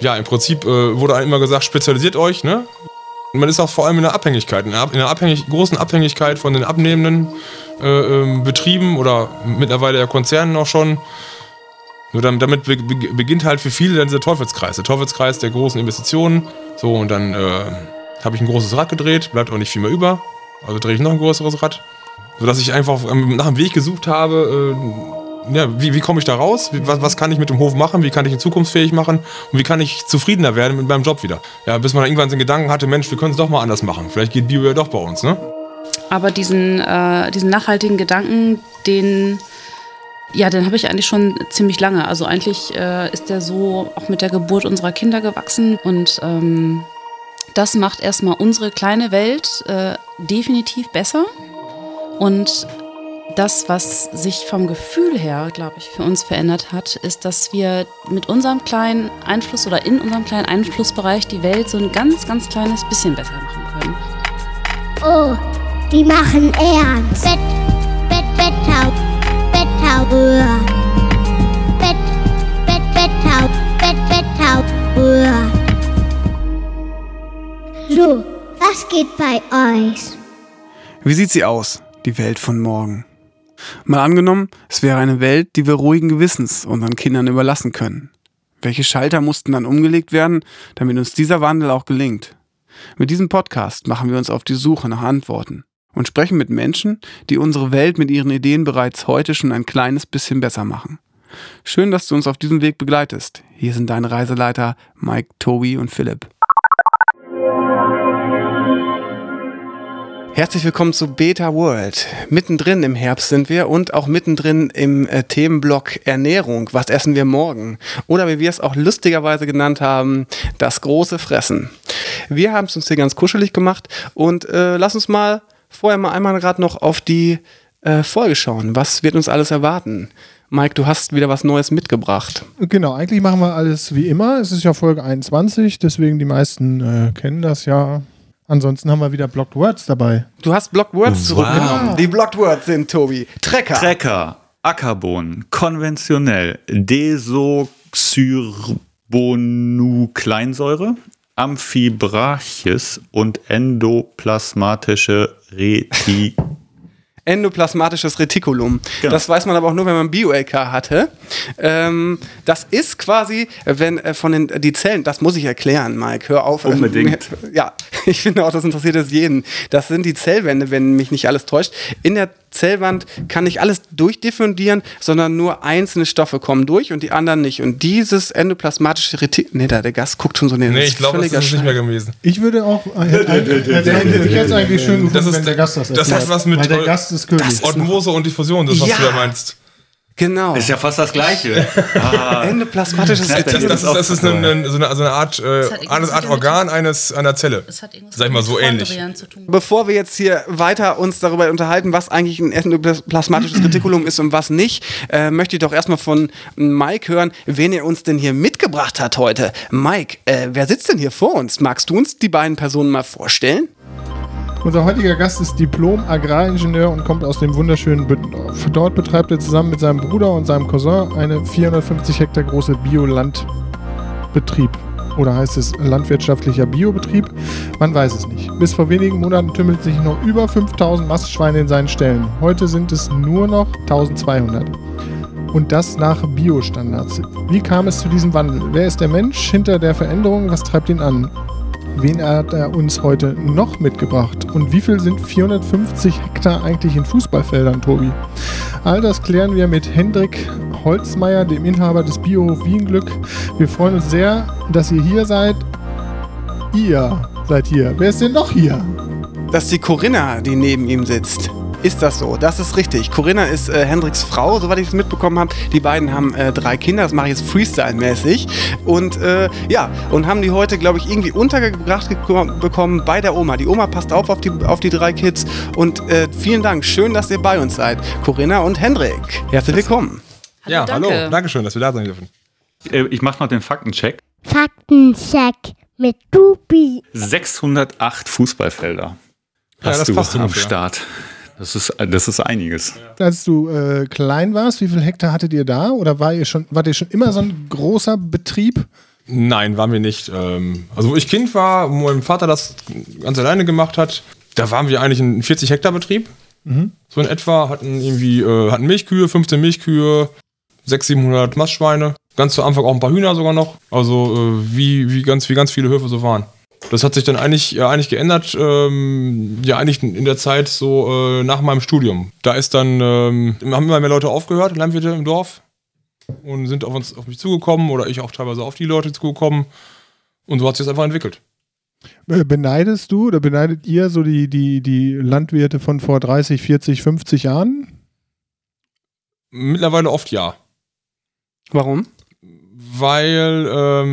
Ja, im Prinzip wurde einem immer gesagt, spezialisiert euch, ne? Man ist auch vor allem in der Abhängigkeit, in einer großen Abhängigkeit von den abnehmenden Betrieben oder mittlerweile ja Konzernen auch schon. Nur damit beginnt halt für viele dann dieser Teufelskreis. Der Teufelskreis der großen Investitionen. So, und dann habe ich ein großes Rad gedreht, bleibt auch nicht viel mehr über. Also drehe ich noch ein größeres Rad. Sodass ich einfach nach einem Weg gesucht habe, wie komme ich da raus? Was kann ich mit dem Hof machen? Wie kann ich ihn zukunftsfähig machen? Und wie kann ich zufriedener werden mit meinem Job wieder? Ja, bis man dann irgendwann den Gedanken hatte, Mensch, wir können es doch mal anders machen. Vielleicht geht Bio ja doch bei uns, ne? Aber diesen nachhaltigen Gedanken, den habe ich eigentlich schon ziemlich lange. Also eigentlich ist der so auch mit der Geburt unserer Kinder gewachsen. Und das macht erstmal unsere kleine Welt definitiv besser. Und das, was sich vom Gefühl her, glaube ich, für uns verändert hat, ist, dass wir mit unserem kleinen Einfluss oder in unserem kleinen Einflussbereich die Welt so ein ganz, ganz kleines bisschen besser machen können. Oh, die machen ernst. Bettau. So, was geht bei euch? Wie sieht sie aus, die Welt von morgen? Mal angenommen, es wäre eine Welt, die wir ruhigen Gewissens unseren Kindern überlassen können. Welche Schalter mussten dann umgelegt werden, damit uns dieser Wandel auch gelingt? Mit diesem Podcast machen wir uns auf die Suche nach Antworten und sprechen mit Menschen, die unsere Welt mit ihren Ideen bereits heute schon ein kleines bisschen besser machen. Schön, dass du uns auf diesem Weg begleitest. Hier sind deine Reiseleiter Mike, Tobi und Philipp. Herzlich willkommen zu Beta World. Mittendrin im Herbst sind wir und auch mittendrin im Themenblock Ernährung. Was essen wir morgen? Oder wie wir es auch lustigerweise genannt haben, das große Fressen. Wir haben es uns hier ganz kuschelig gemacht und lass uns vorher einmal gerade noch auf die Folge schauen. Was wird uns alles erwarten? Mike, du hast wieder was Neues mitgebracht. Genau, eigentlich machen wir alles wie immer. Es ist ja Folge 21, deswegen die meisten kennen das ja. Ansonsten haben wir wieder Blocked Words dabei. Du hast Blocked Words zurückgenommen. Wow. Die Blocked Words sind, Tobi, Trecker, Ackerbohnen, konventionell, Desoxyribonukleinsäure, Amphibraches und endoplasmatisches Retikulum. Genau. Das weiß man aber auch nur, wenn man Bio-LK hatte. Das ist quasi, wenn die Zellen, das muss ich erklären, Mike, hör auf. Unbedingt. Ja, ich finde auch, das interessiert es jeden. Das sind die Zellwände, wenn mich nicht alles täuscht. In der Zellwand kann nicht alles durchdiffundieren, sondern nur einzelne Stoffe kommen durch und die anderen nicht. Und dieses endoplasmatische Retikulum, der Gast guckt schon so näher. Nee, ich glaube, das ist es nicht mehr gewesen. Ich würde auch, hätte ich eigentlich schön gefunden, wenn der Gast das erklärt. Das hat was mit weil der Gast ist König. Osmose und Diffusion, das was du da meinst. Genau. Ist ja fast das Gleiche. Endoplasmatisches Retikulum. Das ist eine Art Organ einer Zelle. Sag ich mal so ähnlich. Bevor wir jetzt hier weiter uns darüber unterhalten, was eigentlich ein endoplasmatisches Retikulum ist und was nicht, möchte ich doch erstmal von Mike hören, wen er uns denn hier mitgebracht hat heute. Mike, wer sitzt denn hier vor uns? Magst du uns die beiden Personen mal vorstellen? Unser heutiger Gast ist Diplom-Agraringenieur und kommt aus dem wunderschönen Büttendorf. Dort betreibt er zusammen mit seinem Bruder und seinem Cousin eine 450 Hektar große Biolandbetrieb. Oder heißt es landwirtschaftlicher Biobetrieb? Man weiß es nicht. Bis vor wenigen Monaten tümmelt sich noch über 5000 Mastschweine in seinen Ställen. Heute sind es nur noch 1200. Und das nach Biostandards. Wie kam es zu diesem Wandel? Wer ist der Mensch hinter der Veränderung? Was treibt ihn an? Wen hat er uns heute noch mitgebracht? Und wie viel sind 450 Hektar eigentlich in Fußballfeldern, Tobi? All das klären wir mit Hendrik Holzmeier, dem Inhaber des Biohof Wienglück. Wir freuen uns sehr, dass ihr hier seid. Ihr seid hier. Wer ist denn noch hier? Das ist die Corinna, die neben ihm sitzt. Ist das so? Das ist richtig. Corinna ist Hendriks Frau, soweit ich es mitbekommen habe. Die beiden haben 3 Kinder, das mache ich jetzt Freestyle-mäßig. Und und haben die heute, glaube ich, irgendwie untergebracht bekommen bei der Oma. Die Oma passt auf die 3 Kids. Und vielen Dank, schön, dass ihr bei uns seid. Corinna und Hendrik, herzlich willkommen. Ja, hallo, Dankeschön, dass wir da sein dürfen. Ich mache noch den Faktencheck. Faktencheck mit Tobi. 608 Fußballfelder hast du am Start. Das ist einiges. Als du klein warst, wie viel Hektar hattet ihr da? Oder wart ihr schon immer so ein großer Betrieb? Nein, waren wir nicht. Also wo ich Kind war, wo mein Vater das ganz alleine gemacht hat, da waren wir eigentlich ein 40 Hektar Betrieb. So in etwa, hatten Milchkühe, 15 Milchkühe, 600, 700 Mastschweine. Ganz zu Anfang auch ein paar Hühner sogar noch. Also wie ganz viele Höfe so waren. Das hat sich dann eigentlich geändert, eigentlich in der Zeit so nach meinem Studium. Da ist dann, haben immer mehr Leute aufgehört, Landwirte im Dorf. Und sind auf mich zugekommen oder ich auch teilweise auf die Leute zugekommen. Und so hat sich das einfach entwickelt. Beneidest du oder beneidet ihr so die Landwirte von vor 30, 40, 50 Jahren? Mittlerweile oft ja. Warum? Weil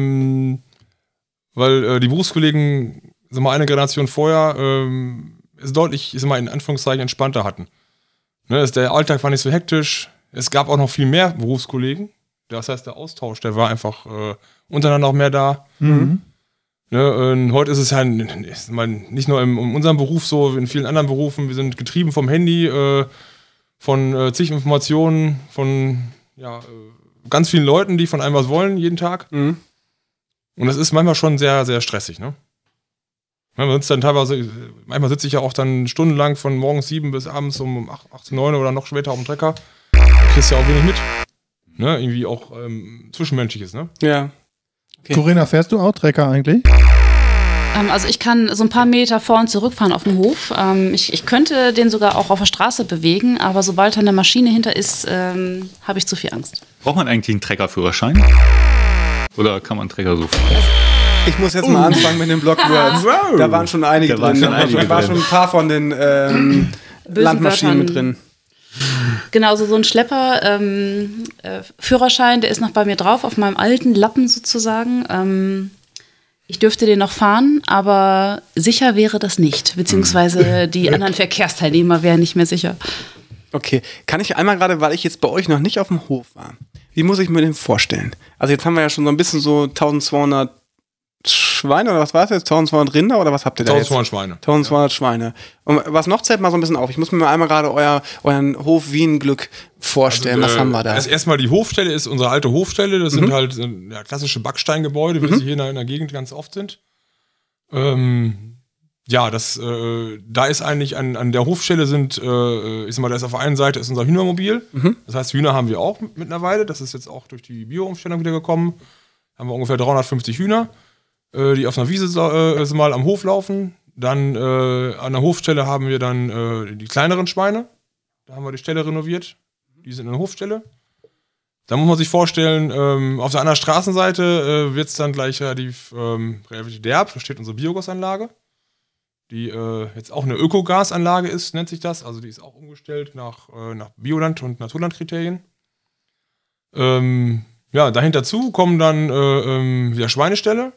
die Berufskollegen, eine Generation vorher, es deutlich, in Anführungszeichen, entspannter hatten. Ne, der Alltag war nicht so hektisch. Es gab auch noch viel mehr Berufskollegen. Das heißt, der Austausch, der war einfach untereinander auch mehr da. Mhm. Ne, und heute ist es ja nicht nur in unserem Beruf so, in vielen anderen Berufen. Wir sind getrieben vom Handy, von zig Informationen, von ganz vielen Leuten, die von einem was wollen, jeden Tag. Mhm. Und das ist manchmal schon sehr, sehr stressig. Ne? Man sitzt dann manchmal sitze ich ja auch dann stundenlang von morgens 7 bis abends um 8, 9 oder noch später auf dem Trecker. Kriegst ja auch wenig mit. Ne? Irgendwie auch Zwischenmenschliches, ne? Ja. Okay. Corinna, fährst du auch Trecker eigentlich? Also ich kann so ein paar Meter vor und zurückfahren auf dem Hof. Ich könnte den sogar auch auf der Straße bewegen, aber sobald da eine Maschine hinter ist, habe ich zu viel Angst. Braucht man eigentlich einen Treckerführerschein? Oder kann man Trecker so fahren? Ich muss jetzt mal anfangen mit den Blockwords. Da waren schon einige drin. Da waren schon ein paar von den Landmaschinen mit drin. Genau, so ein Schlepper, Führerschein, der ist noch bei mir drauf, auf meinem alten Lappen sozusagen. Ich dürfte den noch fahren, aber sicher wäre das nicht. Beziehungsweise die anderen Verkehrsteilnehmer wären nicht mehr sicher. Okay, kann ich einmal gerade, weil ich jetzt bei euch noch nicht auf dem Hof war, wie muss ich mir den vorstellen? Also jetzt haben wir ja schon so ein bisschen so 1200 Schweine oder was war es jetzt? 1200 Rinder oder was habt ihr da 1200 jetzt? Schweine. 1200 Schweine. Und was noch, zählt mal so ein bisschen auf. Ich muss mir mal einmal gerade euren Hof Wienglück vorstellen. Was haben wir da? Also erstmal die Hofstelle ist unsere alte Hofstelle. Das sind halt klassische Backsteingebäude, wie sie hier in der Gegend ganz oft sind. Da ist eigentlich an der Hofstelle da ist auf der einen Seite ist unser Hühnermobil. Das heißt, Hühner haben wir auch mittlerweile. Das ist jetzt auch durch die Bio-Umstellung wieder gekommen. Haben wir ungefähr 350 Hühner, die auf einer Wiese mal am Hof laufen. Dann an der Hofstelle haben wir dann die kleineren Schweine. Da haben wir die Stelle renoviert. Die sind in der Hofstelle. Da muss man sich vorstellen, auf der anderen Straßenseite wird es dann gleich relativ derb. Da steht unsere Biogasanlage, die jetzt auch eine Ökogasanlage ist, nennt sich das. Also die ist auch umgestellt nach Bioland- und Naturlandkriterien. Dahinter zu kommen dann wieder Schweineställe,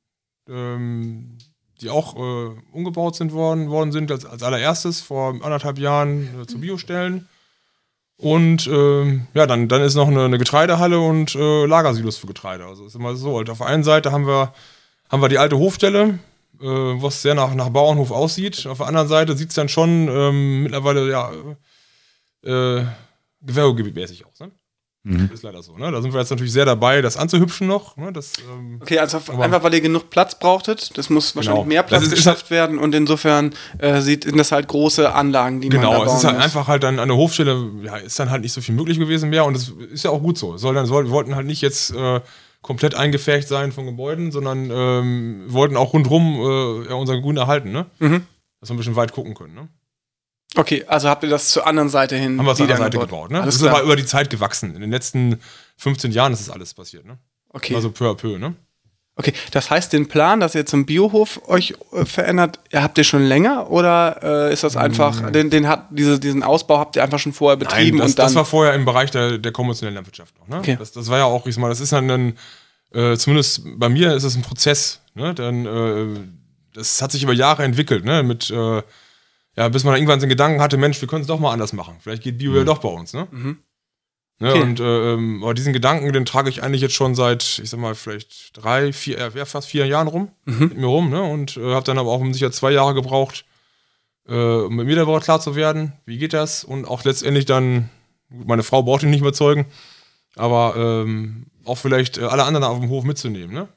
die auch umgebaut worden sind als allererstes vor 1,5 Jahren zu Biostellen. Und dann ist noch eine Getreidehalle und Lagersilos für Getreide. Also ist immer so. Und auf der einen Seite haben wir die alte Hofstelle, was sehr nach Bauernhof aussieht. Auf der anderen Seite sieht es dann schon mittlerweile gewerbegebietmäßig aus. Ne? Das ist leider so. Ne? Da sind wir jetzt natürlich sehr dabei, das anzuhübschen noch. Ne? Okay, also einfach, weil ihr genug Platz brauchtet. Das muss wahrscheinlich mehr Platz geschafft werden. Und insofern sind das halt große Anlagen, die man da bauen muss. Genau, es ist halt einfach halt dann an der Hofstelle, ist dann halt nicht so viel möglich gewesen mehr. Und das ist ja auch gut so. Wir wollten halt nicht jetzt komplett eingefärbt sein von Gebäuden, sondern wollten auch rundherum unser Grün erhalten. Ne? Dass wir ein bisschen weit gucken können. Ne? Okay, also habt ihr das zur anderen Seite hin Haben wir zur anderen Seite gebaut, ne? Das ist aber über die Zeit gewachsen. In den letzten 15 Jahren ist das alles passiert, ne? Okay. Also peu à peu, ne? Okay, das heißt, den Plan, dass ihr zum Biohof euch verändert, habt ihr schon länger oder ist das einfach, diesen Ausbau habt ihr einfach schon vorher betrieben? Nein, das war vorher im Bereich der konventionellen Landwirtschaft noch, ne? Okay. Das war ja auch, das ist dann zumindest bei mir ist das ein Prozess, ne? Das hat sich über Jahre entwickelt, ne? Bis man dann irgendwann den Gedanken hatte, Mensch, wir können es doch mal anders machen. Vielleicht geht Bio ja doch bei uns, ne? Ne, okay. Und aber diesen Gedanken, den trage ich eigentlich jetzt schon seit, ich sag mal, vielleicht fast 4 Jahren mit mir rum, ne? Und habe dann aber auch sicher 2 Jahre gebraucht, um mit mir darüber klar zu werden, wie geht das? Und auch letztendlich dann, meine Frau braucht ihn nicht überzeugen, aber auch vielleicht alle anderen auf dem Hof mitzunehmen, ne?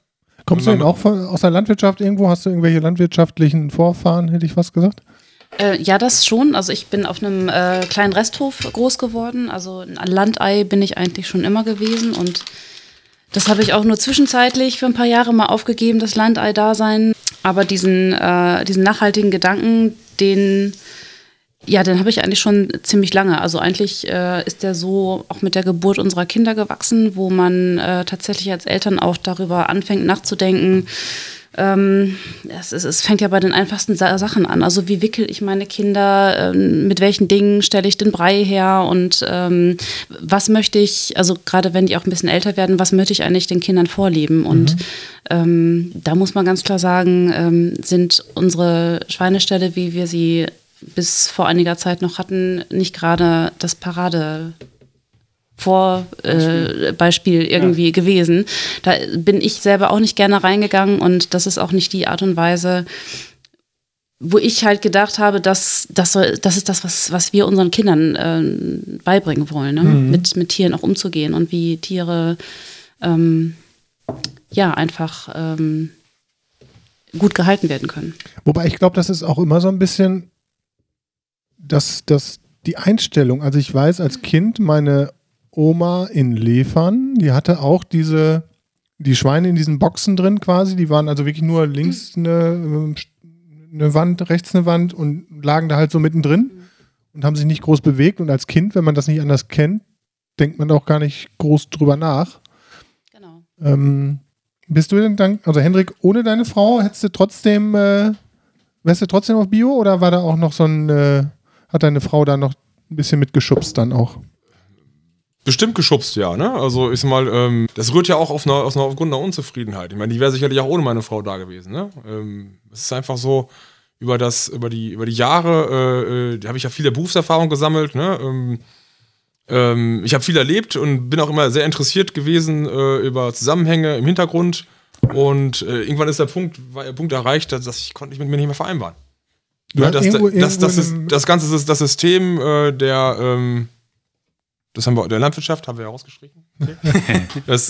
Kommst du denn auch aus der Landwirtschaft irgendwo? Hast du irgendwelche landwirtschaftlichen Vorfahren, hätte ich fast gesagt? Ja, das schon. Also ich bin auf einem kleinen Resthof groß geworden. Also ein Landei bin ich eigentlich schon immer gewesen. Und das habe ich auch nur zwischenzeitlich für ein paar Jahre mal aufgegeben, das Landei-Dasein. Aber diesen nachhaltigen Gedanken, den habe ich eigentlich schon ziemlich lange. Also eigentlich ist der so auch mit der Geburt unserer Kinder gewachsen, wo man tatsächlich als Eltern auch darüber anfängt nachzudenken. Es fängt ja bei den einfachsten Sachen an. Also wie wickel ich meine Kinder, mit welchen Dingen stelle ich den Brei her und was möchte ich, also gerade wenn die auch ein bisschen älter werden, was möchte ich eigentlich den Kindern vorleben? Und da muss man ganz klar sagen, sind unsere Schweineställe, wie wir sie bis vor einiger Zeit noch hatten, nicht gerade das Beispiel irgendwie gewesen. Da bin ich selber auch nicht gerne reingegangen und das ist auch nicht die Art und Weise, wo ich halt gedacht habe, das ist das, was wir unseren Kindern beibringen wollen, ne? Mit Tieren auch umzugehen und wie Tiere einfach gut gehalten werden können. Wobei ich glaube, das ist auch immer so ein bisschen die Einstellung. Also ich weiß als Kind, meine Oma in Lefern, die hatte auch die Schweine in diesen Boxen drin quasi, die waren also wirklich nur links eine Wand, rechts eine Wand und lagen da halt so mittendrin und haben sich nicht groß bewegt und als Kind, wenn man das nicht anders kennt, denkt man auch gar nicht groß drüber nach. Genau. Bist du denn dann, also Hendrik, ohne deine Frau, wärst du trotzdem auf Bio oder war da auch noch so hat deine Frau da noch ein bisschen mitgeschubst dann auch? Bestimmt geschubst, ja, ne? Also ich sag mal, das rührt ja auch aufgrund einer Unzufriedenheit. Ich meine, die wäre sicherlich auch ohne meine Frau da gewesen, ne? Es ist einfach so, über die Jahre, da habe ich ja viele Berufserfahrung gesammelt, ne? Ich habe viel erlebt und bin auch immer sehr interessiert gewesen über Zusammenhänge im Hintergrund. Und irgendwann ist der Punkt erreicht, dass ich konnte mit mir nicht mehr vereinbaren. Ja, das Ganze ist das System der Landwirtschaft, haben wir ja rausgestrichen. Okay. Das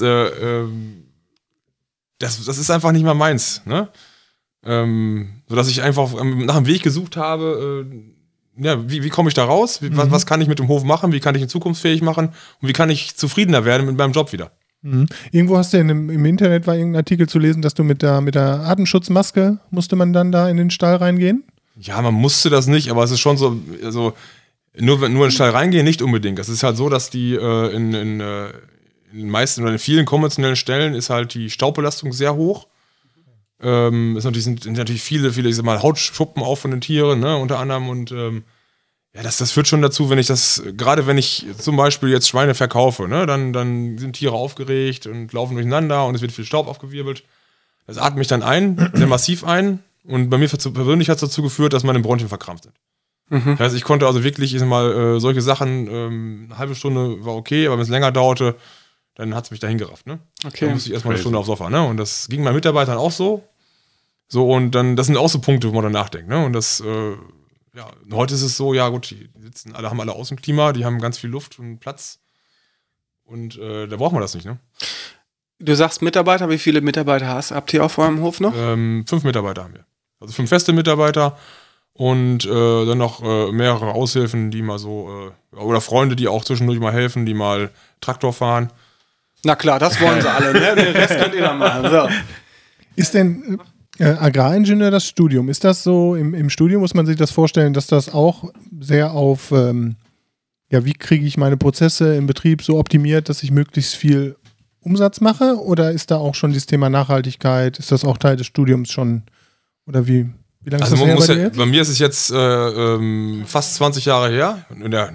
ist einfach nicht mehr meins. Ne? Sodass ich einfach nach einem Weg gesucht habe, wie komme ich da raus? Was kann ich mit dem Hof machen? Wie kann ich ihn zukunftsfähig machen? Und wie kann ich zufriedener werden mit meinem Job wieder? Irgendwo hast du im Internet war irgendein Artikel zu lesen, dass du mit der Atemschutzmaske musste man dann da in den Stall reingehen? Ja, man musste das nicht, aber es ist schon so, also nur in den Stall reingehen, nicht unbedingt. Es ist halt so, dass die in den meisten oder in vielen konventionellen Stellen ist halt die Staubbelastung sehr hoch. Sind natürlich viele, ich sag mal, Hautschuppen auch von den Tieren, ne, unter anderem und das führt schon dazu, gerade wenn ich zum Beispiel jetzt Schweine verkaufe, ne, dann sind Tiere aufgeregt und laufen durcheinander und es wird viel Staub aufgewirbelt. Das atme ich dann ein, sehr massiv ein und bei mir persönlich hat es dazu geführt, dass meine Bronchien verkrampft sind. Das heißt, ich konnte also wirklich, ich sag mal, solche Sachen, eine halbe Stunde war okay, aber wenn es länger dauerte, dann hat es mich dahin gerafft, ne? Okay. Dann musste ich erstmal eine Stunde aufs Sofa, ne? Und das ging meinen Mitarbeitern auch so. So, und dann, das sind auch so Punkte, wo man dann nachdenkt, ne? Und das, heute ist es so, ja gut, die haben alle Außenklima, die haben ganz viel Luft und Platz. Und da braucht man das nicht, ne? Du sagst Mitarbeiter, wie viele Mitarbeiter habt ihr auf eurem Hof noch? 5 Mitarbeiter haben wir. Also 5 feste Mitarbeiter und dann noch mehrere Aushilfen, die mal so, oder Freunde, die auch zwischendurch mal helfen, die mal Traktor fahren. Na klar, das wollen sie alle, ne? Den Rest könnt ihr dann machen. So. Ist denn Agraringenieur das Studium? Ist das so, im Studium muss man sich das vorstellen, dass das auch sehr auf, wie kriege ich meine Prozesse im Betrieb so optimiert, dass ich möglichst viel Umsatz mache? Oder ist da auch schon das Thema Nachhaltigkeit, ist das auch Teil des Studiums schon? Oder wie lange ist das her bei dir jetzt? Bei mir ist es jetzt fast 20 Jahre her.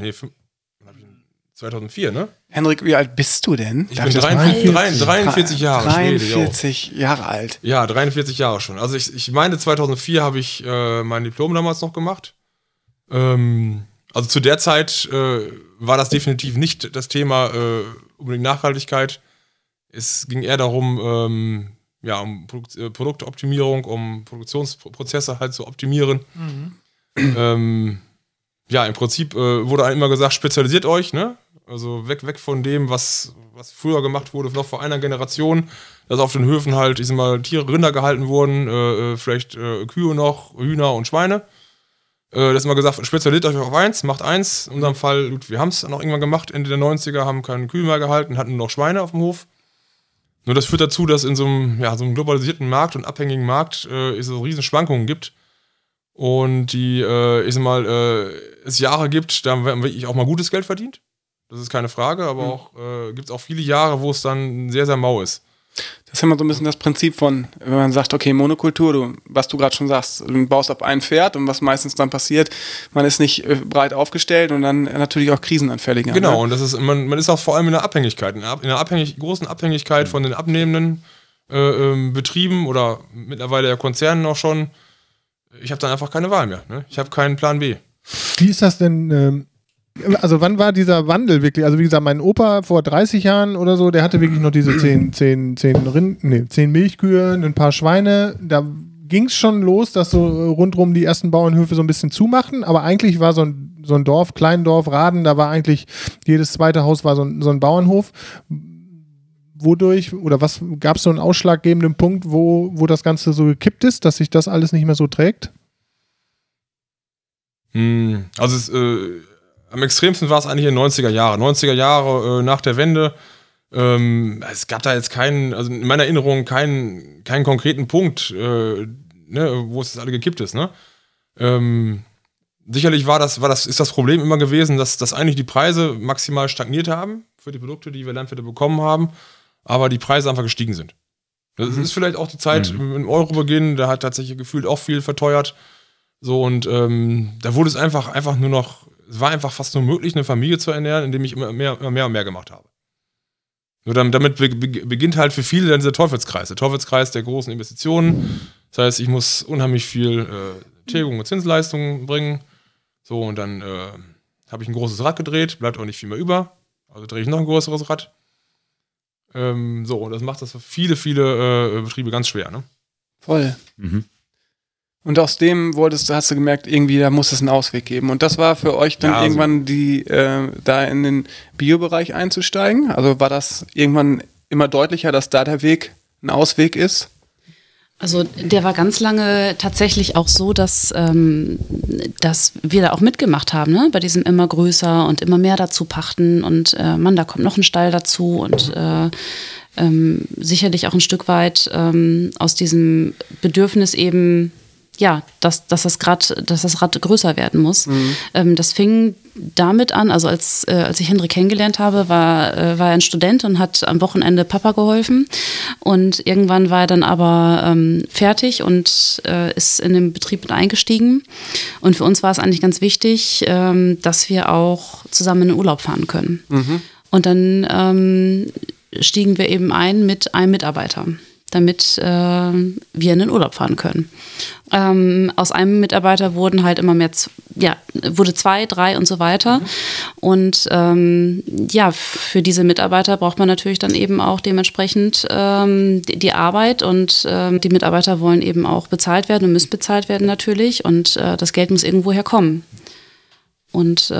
2004, ne? Hendrik, wie alt bist du denn? Ich bin 43 Jahre. 43 Jahre alt. Ja, 43 Jahre schon. Also ich meine, 2004 habe ich mein Diplom damals noch gemacht. Also zu der Zeit war das definitiv nicht das Thema unbedingt Nachhaltigkeit. Es ging eher darum, um Produktoptimierung, um Produktionsprozesse halt zu optimieren. Im Prinzip wurde einem immer gesagt, spezialisiert euch, ne? Also weg von dem, was früher gemacht wurde, noch vor einer Generation, dass auf den Höfen halt, ich sag mal, Rinder gehalten wurden, vielleicht Kühe noch, Hühner und Schweine. Das ist immer gesagt, spezialisiert euch auf eins, macht eins. In unserem Fall, wir haben es noch irgendwann gemacht, Ende der 90er, haben keine Kühe mehr gehalten, hatten nur noch Schweine auf dem Hof. Nur das führt dazu, dass in so einem globalisierten Markt und abhängigen Markt es so riesen Schwankungen gibt. Und die, es Jahre gibt, da werden wirklich auch mal gutes Geld verdient. Das ist keine Frage, aber auch gibt es auch viele Jahre, wo es dann sehr, sehr mau ist. Das ist immer so ein bisschen das Prinzip von, wenn man sagt, okay, Monokultur, was du gerade schon sagst, du baust auf ein Pferd und was meistens dann passiert, man ist nicht breit aufgestellt und dann natürlich auch krisenanfälliger. Genau, ne? Und das ist, man ist auch vor allem in der Abhängigkeit, in einer großen Abhängigkeit von den abnehmenden Betrieben oder mittlerweile ja Konzernen auch schon. Ich habe dann einfach keine Wahl mehr. Ne? Ich habe keinen Plan B. Wie ist das denn? Also wann war dieser Wandel wirklich? Also wie gesagt, mein Opa vor 30 Jahren oder so, der hatte wirklich noch diese 10 Milchkühe, ein paar Schweine. Da ging es schon los, dass so rundherum die ersten Bauernhöfe so ein bisschen zumachten. Aber eigentlich war so ein Dorf, Kleindorf, Raden, da war eigentlich jedes zweite Haus war so ein Bauernhof. Wodurch oder was gab es so einen ausschlaggebenden Punkt, wo das Ganze so gekippt ist, dass sich das alles nicht mehr so trägt? Also am extremsten war es eigentlich in den 90er Jahren. 90er Jahre nach der Wende. Es gab da jetzt also in meiner Erinnerung keinen konkreten Punkt, wo es alle gekippt ist. Ne? Sicherlich ist das Problem immer gewesen, dass eigentlich die Preise maximal stagniert haben für die Produkte, die wir Landwirte bekommen haben, aber die Preise einfach gestiegen sind. Das ist vielleicht auch die Zeit im Eurobeginn, da hat tatsächlich gefühlt auch viel verteuert. So und da wurde es einfach nur noch, es war einfach fast nur möglich, eine Familie zu ernähren, indem ich immer mehr und mehr gemacht habe. Nur damit beginnt halt für viele dann dieser Teufelskreis. Der Teufelskreis der großen Investitionen. Das heißt, ich muss unheimlich viel Tilgung und Zinsleistungen bringen. So, und dann habe ich ein großes Rad gedreht, bleibt auch nicht viel mehr über. Also drehe ich noch ein größeres Rad. Und das macht das für viele Betriebe ganz schwer. Ne? Voll. Mhm. Und aus dem hast du gemerkt, irgendwie, da muss es einen Ausweg geben. Und das war für euch dann irgendwann da in den Biobereich einzusteigen? Also war das irgendwann immer deutlicher, dass da der Weg ein Ausweg ist? Also der war ganz lange tatsächlich auch so, dass wir da auch mitgemacht haben, ne? Bei diesem immer größer und immer mehr dazu pachten und da kommt noch ein Stall dazu und sicherlich auch ein Stück weit aus diesem Bedürfnis eben, ja, dass das Rad größer werden muss. Mhm. Das fing damit an, also als ich Hendrik kennengelernt habe, war er ein Student und hat am Wochenende Papa geholfen. Und irgendwann war er dann aber fertig und ist in den Betrieb mit eingestiegen. Und für uns war es eigentlich ganz wichtig, dass wir auch zusammen in den Urlaub fahren können. Mhm. Und dann stiegen wir eben ein mit einem Mitarbeiter, damit wir in den Urlaub fahren können. Aus einem Mitarbeiter wurden halt immer mehr, wurde 2, 3 und so weiter. Mhm. Und für diese Mitarbeiter braucht man natürlich dann eben auch dementsprechend die Arbeit und die Mitarbeiter wollen eben auch bezahlt werden und müssen bezahlt werden natürlich und das Geld muss irgendwo herkommen. Und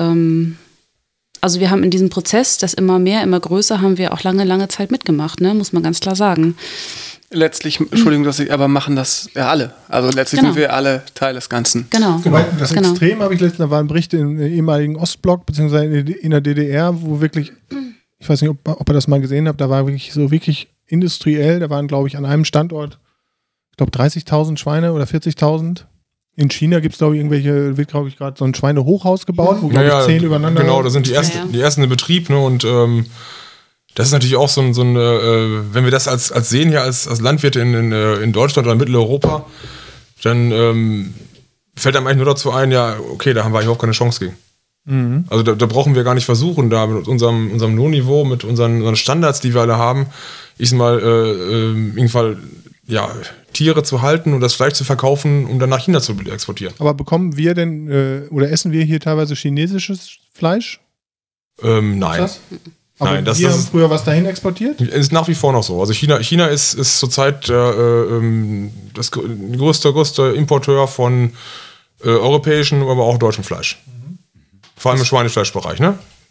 also wir haben in diesem Prozess, das immer mehr, immer größer, haben wir auch lange Zeit mitgemacht, ne? Muss man ganz klar sagen. Letztlich, Entschuldigung, aber machen das ja alle. Also letztlich sind wir alle Teil des Ganzen. Genau. Das Extrem habe ich letztens, da war ein Bericht im ehemaligen Ostblock, beziehungsweise in der DDR, wo wirklich, ich weiß nicht, ob ihr das mal gesehen habt, da war wirklich industriell, da waren, glaube ich, an einem Standort, ich glaube 30.000 Schweine oder 40.000. In China gibt es, glaube ich, wird, glaube ich, gerade so ein Schweinehochhaus gebaut, wo, glaube ich, 10 übereinander. Genau, da sind die ersten in Betrieb, ne, und das ist natürlich auch so ein wenn wir das als sehen hier als Landwirte in Deutschland oder Mitteleuropa, dann fällt einem eigentlich nur dazu ein, ja, okay, da haben wir eigentlich auch keine Chance gegen. Mhm. Also da brauchen wir gar nicht versuchen, da mit unserem Lohnniveau, mit unseren Standards, die wir alle haben, Tiere zu halten und das Fleisch zu verkaufen, um dann nach China zu exportieren. Aber bekommen wir denn, oder essen wir hier teilweise chinesisches Fleisch? Nein. Aber nein, wir haben früher was dahin exportiert? Ist nach wie vor noch so. Also China ist zurzeit das größte Importeur von europäischem, aber auch deutschem Fleisch. Mhm. Vor allem im Schweinefleischbereich, ne?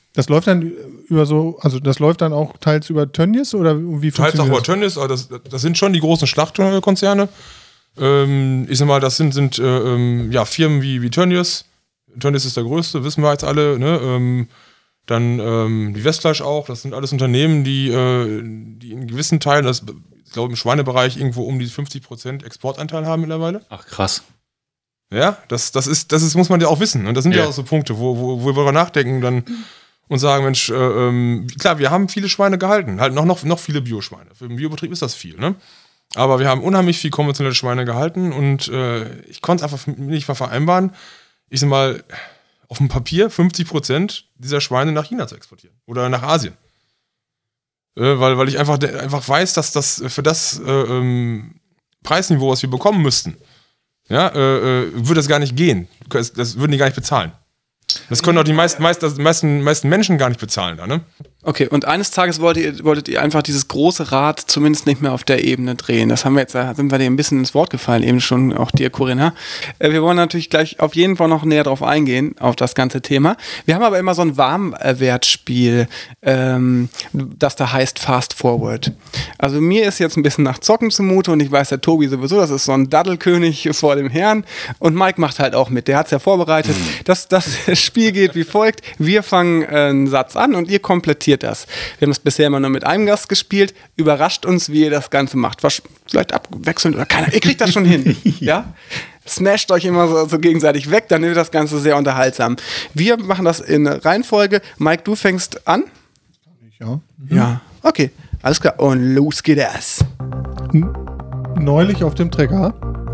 Das läuft dann das läuft dann auch teils über Tönnies oder wie funktioniert das? Teils auch über Tönnies, aber das sind schon die großen Schlachtkonzerne. Ich sag mal, das sind Firmen wie Tönnies. Tönnies ist der größte, wissen wir jetzt alle, ne? Dann die Westfleisch auch, das sind alles Unternehmen, die in gewissen Teilen, ich glaube im Schweinebereich irgendwo um die 50% Exportanteil haben mittlerweile. Ach krass. Ja, das muss man ja auch wissen. Und das sind ja auch so Punkte, wo wir darüber nachdenken dann und sagen, Mensch, klar, wir haben viele Schweine gehalten, halt noch viele Bioschweine. Für den Biobetrieb ist das viel, ne? Aber wir haben unheimlich viel konventionelle Schweine gehalten und ich konnte es einfach nicht mal vereinbaren, ich sag mal, auf dem Papier 50% dieser Schweine nach China zu exportieren oder nach Asien. Weil ich einfach weiß, dass das für das Preisniveau, was wir bekommen müssten, würde das gar nicht gehen. Das würden die gar nicht bezahlen. Das können auch die meisten Menschen gar nicht bezahlen da, ne? Okay, und eines Tages wolltet ihr einfach dieses große Rad zumindest nicht mehr auf der Ebene drehen. Das haben wir jetzt, da sind wir dir ein bisschen ins Wort gefallen, eben schon auch dir, Corinna. Wir wollen natürlich gleich auf jeden Fall noch näher drauf eingehen, auf das ganze Thema. Wir haben aber immer so ein Warmwertspiel, das da heißt Fast Forward. Also mir ist jetzt ein bisschen nach Zocken zumute und ich weiß, der Tobi sowieso, das ist so ein Daddelkönig vor dem Herrn und Mike macht halt auch mit, der hat es ja vorbereitet. Das Spiel geht wie folgt, wir fangen einen Satz an und ihr komplettiert das. Wir haben das bisher immer nur mit einem Gast gespielt. Überrascht uns, wie ihr das Ganze macht. Vielleicht abwechselnd oder keiner. Ihr kriegt das schon hin. Ja? Smasht euch immer so gegenseitig weg, dann wird das Ganze sehr unterhaltsam. Wir machen das in Reihenfolge. Mike, du fängst an? Ja. Ja, okay. Alles klar. Und los geht es. Neulich auf dem Trecker.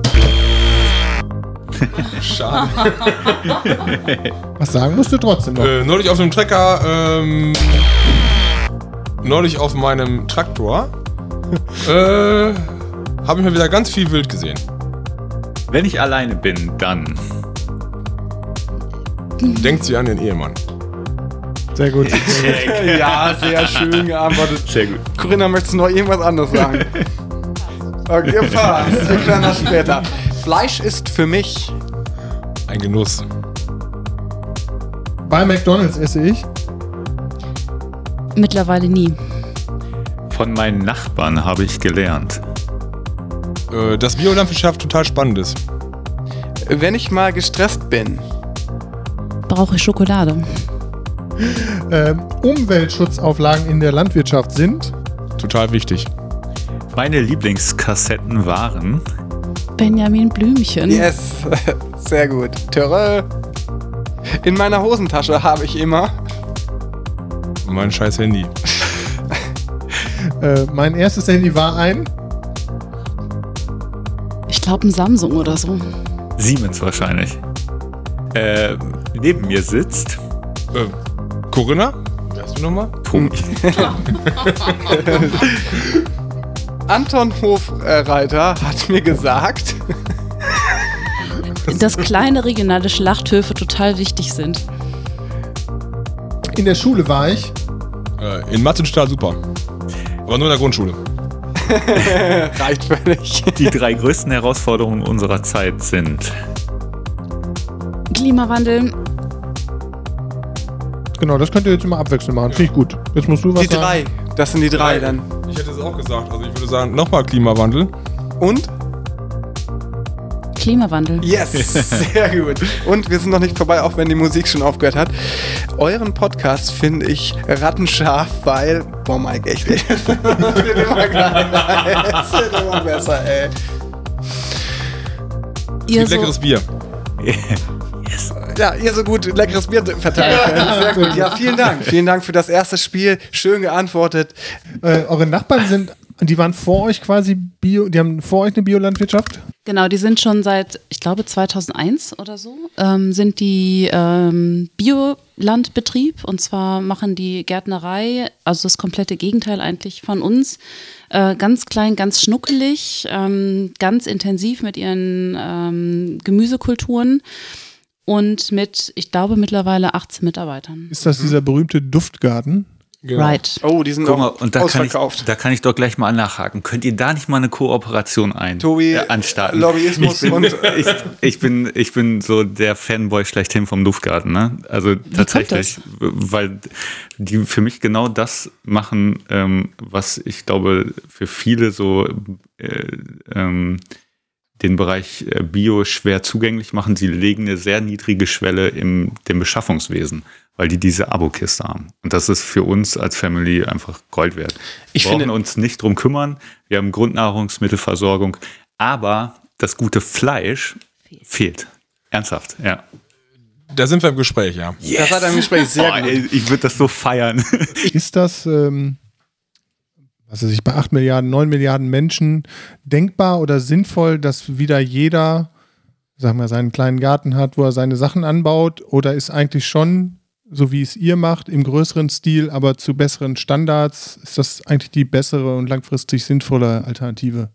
Schade. Was sagen musst du trotzdem noch? Neulich auf dem Trecker, neulich auf meinem Traktor, habe ich mal wieder ganz viel Wild gesehen. Wenn ich alleine bin, dann denkt sie an den Ehemann. Sehr gut. Ja, sehr schön geantwortet. Sehr gut. Corinna, möchtest du noch irgendwas anderes sagen? Okay, passt. Wir klären das später. Fleisch ist für mich ein Genuss. Bei McDonald's esse ich mittlerweile nie. Von meinen Nachbarn habe ich gelernt. Dass Biolandwirtschaft total spannend ist. Wenn ich mal gestresst bin, brauche ich Schokolade. Umweltschutzauflagen in der Landwirtschaft sind total wichtig. Meine Lieblingskassetten waren Benjamin Blümchen. Yes, sehr gut. Töre. In meiner Hosentasche habe ich immer mein scheiß Handy. Mein erstes Handy war ein ich glaube ein Samsung oder so. Siemens wahrscheinlich. Neben mir sitzt Corinna? Wer hast du nochmal? Tobi. Anton Hofreiter hat mir gesagt, dass kleine regionale Schlachthöfe total wichtig sind. In der Schule war ich in Mathe total super. Aber nur in der Grundschule. Reicht völlig. Die 3 größten Herausforderungen unserer Zeit sind Klimawandel. Genau, das könnt ihr jetzt immer abwechselnd machen. Finde ich gut. Jetzt musst du was sagen. Die 3. Das sind die 3 dann. Ich hätte es auch gesagt. Also ich würde sagen, nochmal Klimawandel. Und? Klimawandel. Yes, sehr gut. Und wir sind noch nicht vorbei, auch wenn die Musik schon aufgehört hat. Euren Podcast finde ich rattenscharf, weil... Boah, Mike, echt, ey. Das wird immer geiler. Das wird immer besser, ey. Ihr so leckeres Bier. Yes. Ja, ihr so gut leckeres Bier verteilen könnt. Sehr gut. Ja, vielen Dank. Vielen Dank für das erste Spiel. Schön geantwortet. Eure Nachbarn die waren vor euch quasi die haben vor euch eine Biolandwirtschaft? Genau, die sind schon seit, ich glaube 2001 oder so, sind die Biolandbetrieb und zwar machen die Gärtnerei, also das komplette Gegenteil eigentlich von uns, ganz klein, ganz schnuckelig, ganz intensiv mit ihren Gemüsekulturen und mit, ich glaube mittlerweile 18 Mitarbeitern. Ist das dieser berühmte Duftgarten? Genau. Right. Oh, die sind ausverkauft. Da kann ich doch gleich mal nachhaken. Könnt ihr da nicht mal eine Kooperation anstarten? Lobbyismus ich bin so der Fanboy schlechthin vom Duftgarten, ne? Also tatsächlich, weil die für mich genau das machen, was ich glaube für viele so den Bereich Bio schwer zugänglich machen. Sie legen eine sehr niedrige Schwelle in dem Beschaffungswesen, weil die diese Abokiste haben. Und das ist für uns als Family einfach Gold wert. Wir brauchen uns nicht drum kümmern. Wir haben Grundnahrungsmittelversorgung. Aber das gute Fleisch fehlt. Ernsthaft, ja. Da sind wir im Gespräch, ja. Yes. Das hat ein Gespräch sehr gut. Ich würde das so feiern. Ist das, bei 8 Milliarden, 9 Milliarden Menschen denkbar oder sinnvoll, dass wieder jeder, sagen wir, seinen kleinen Garten hat, wo er seine Sachen anbaut? Oder ist eigentlich schon, so wie es ihr macht, im größeren Stil, aber zu besseren Standards, ist das eigentlich die bessere und langfristig sinnvolle Alternative?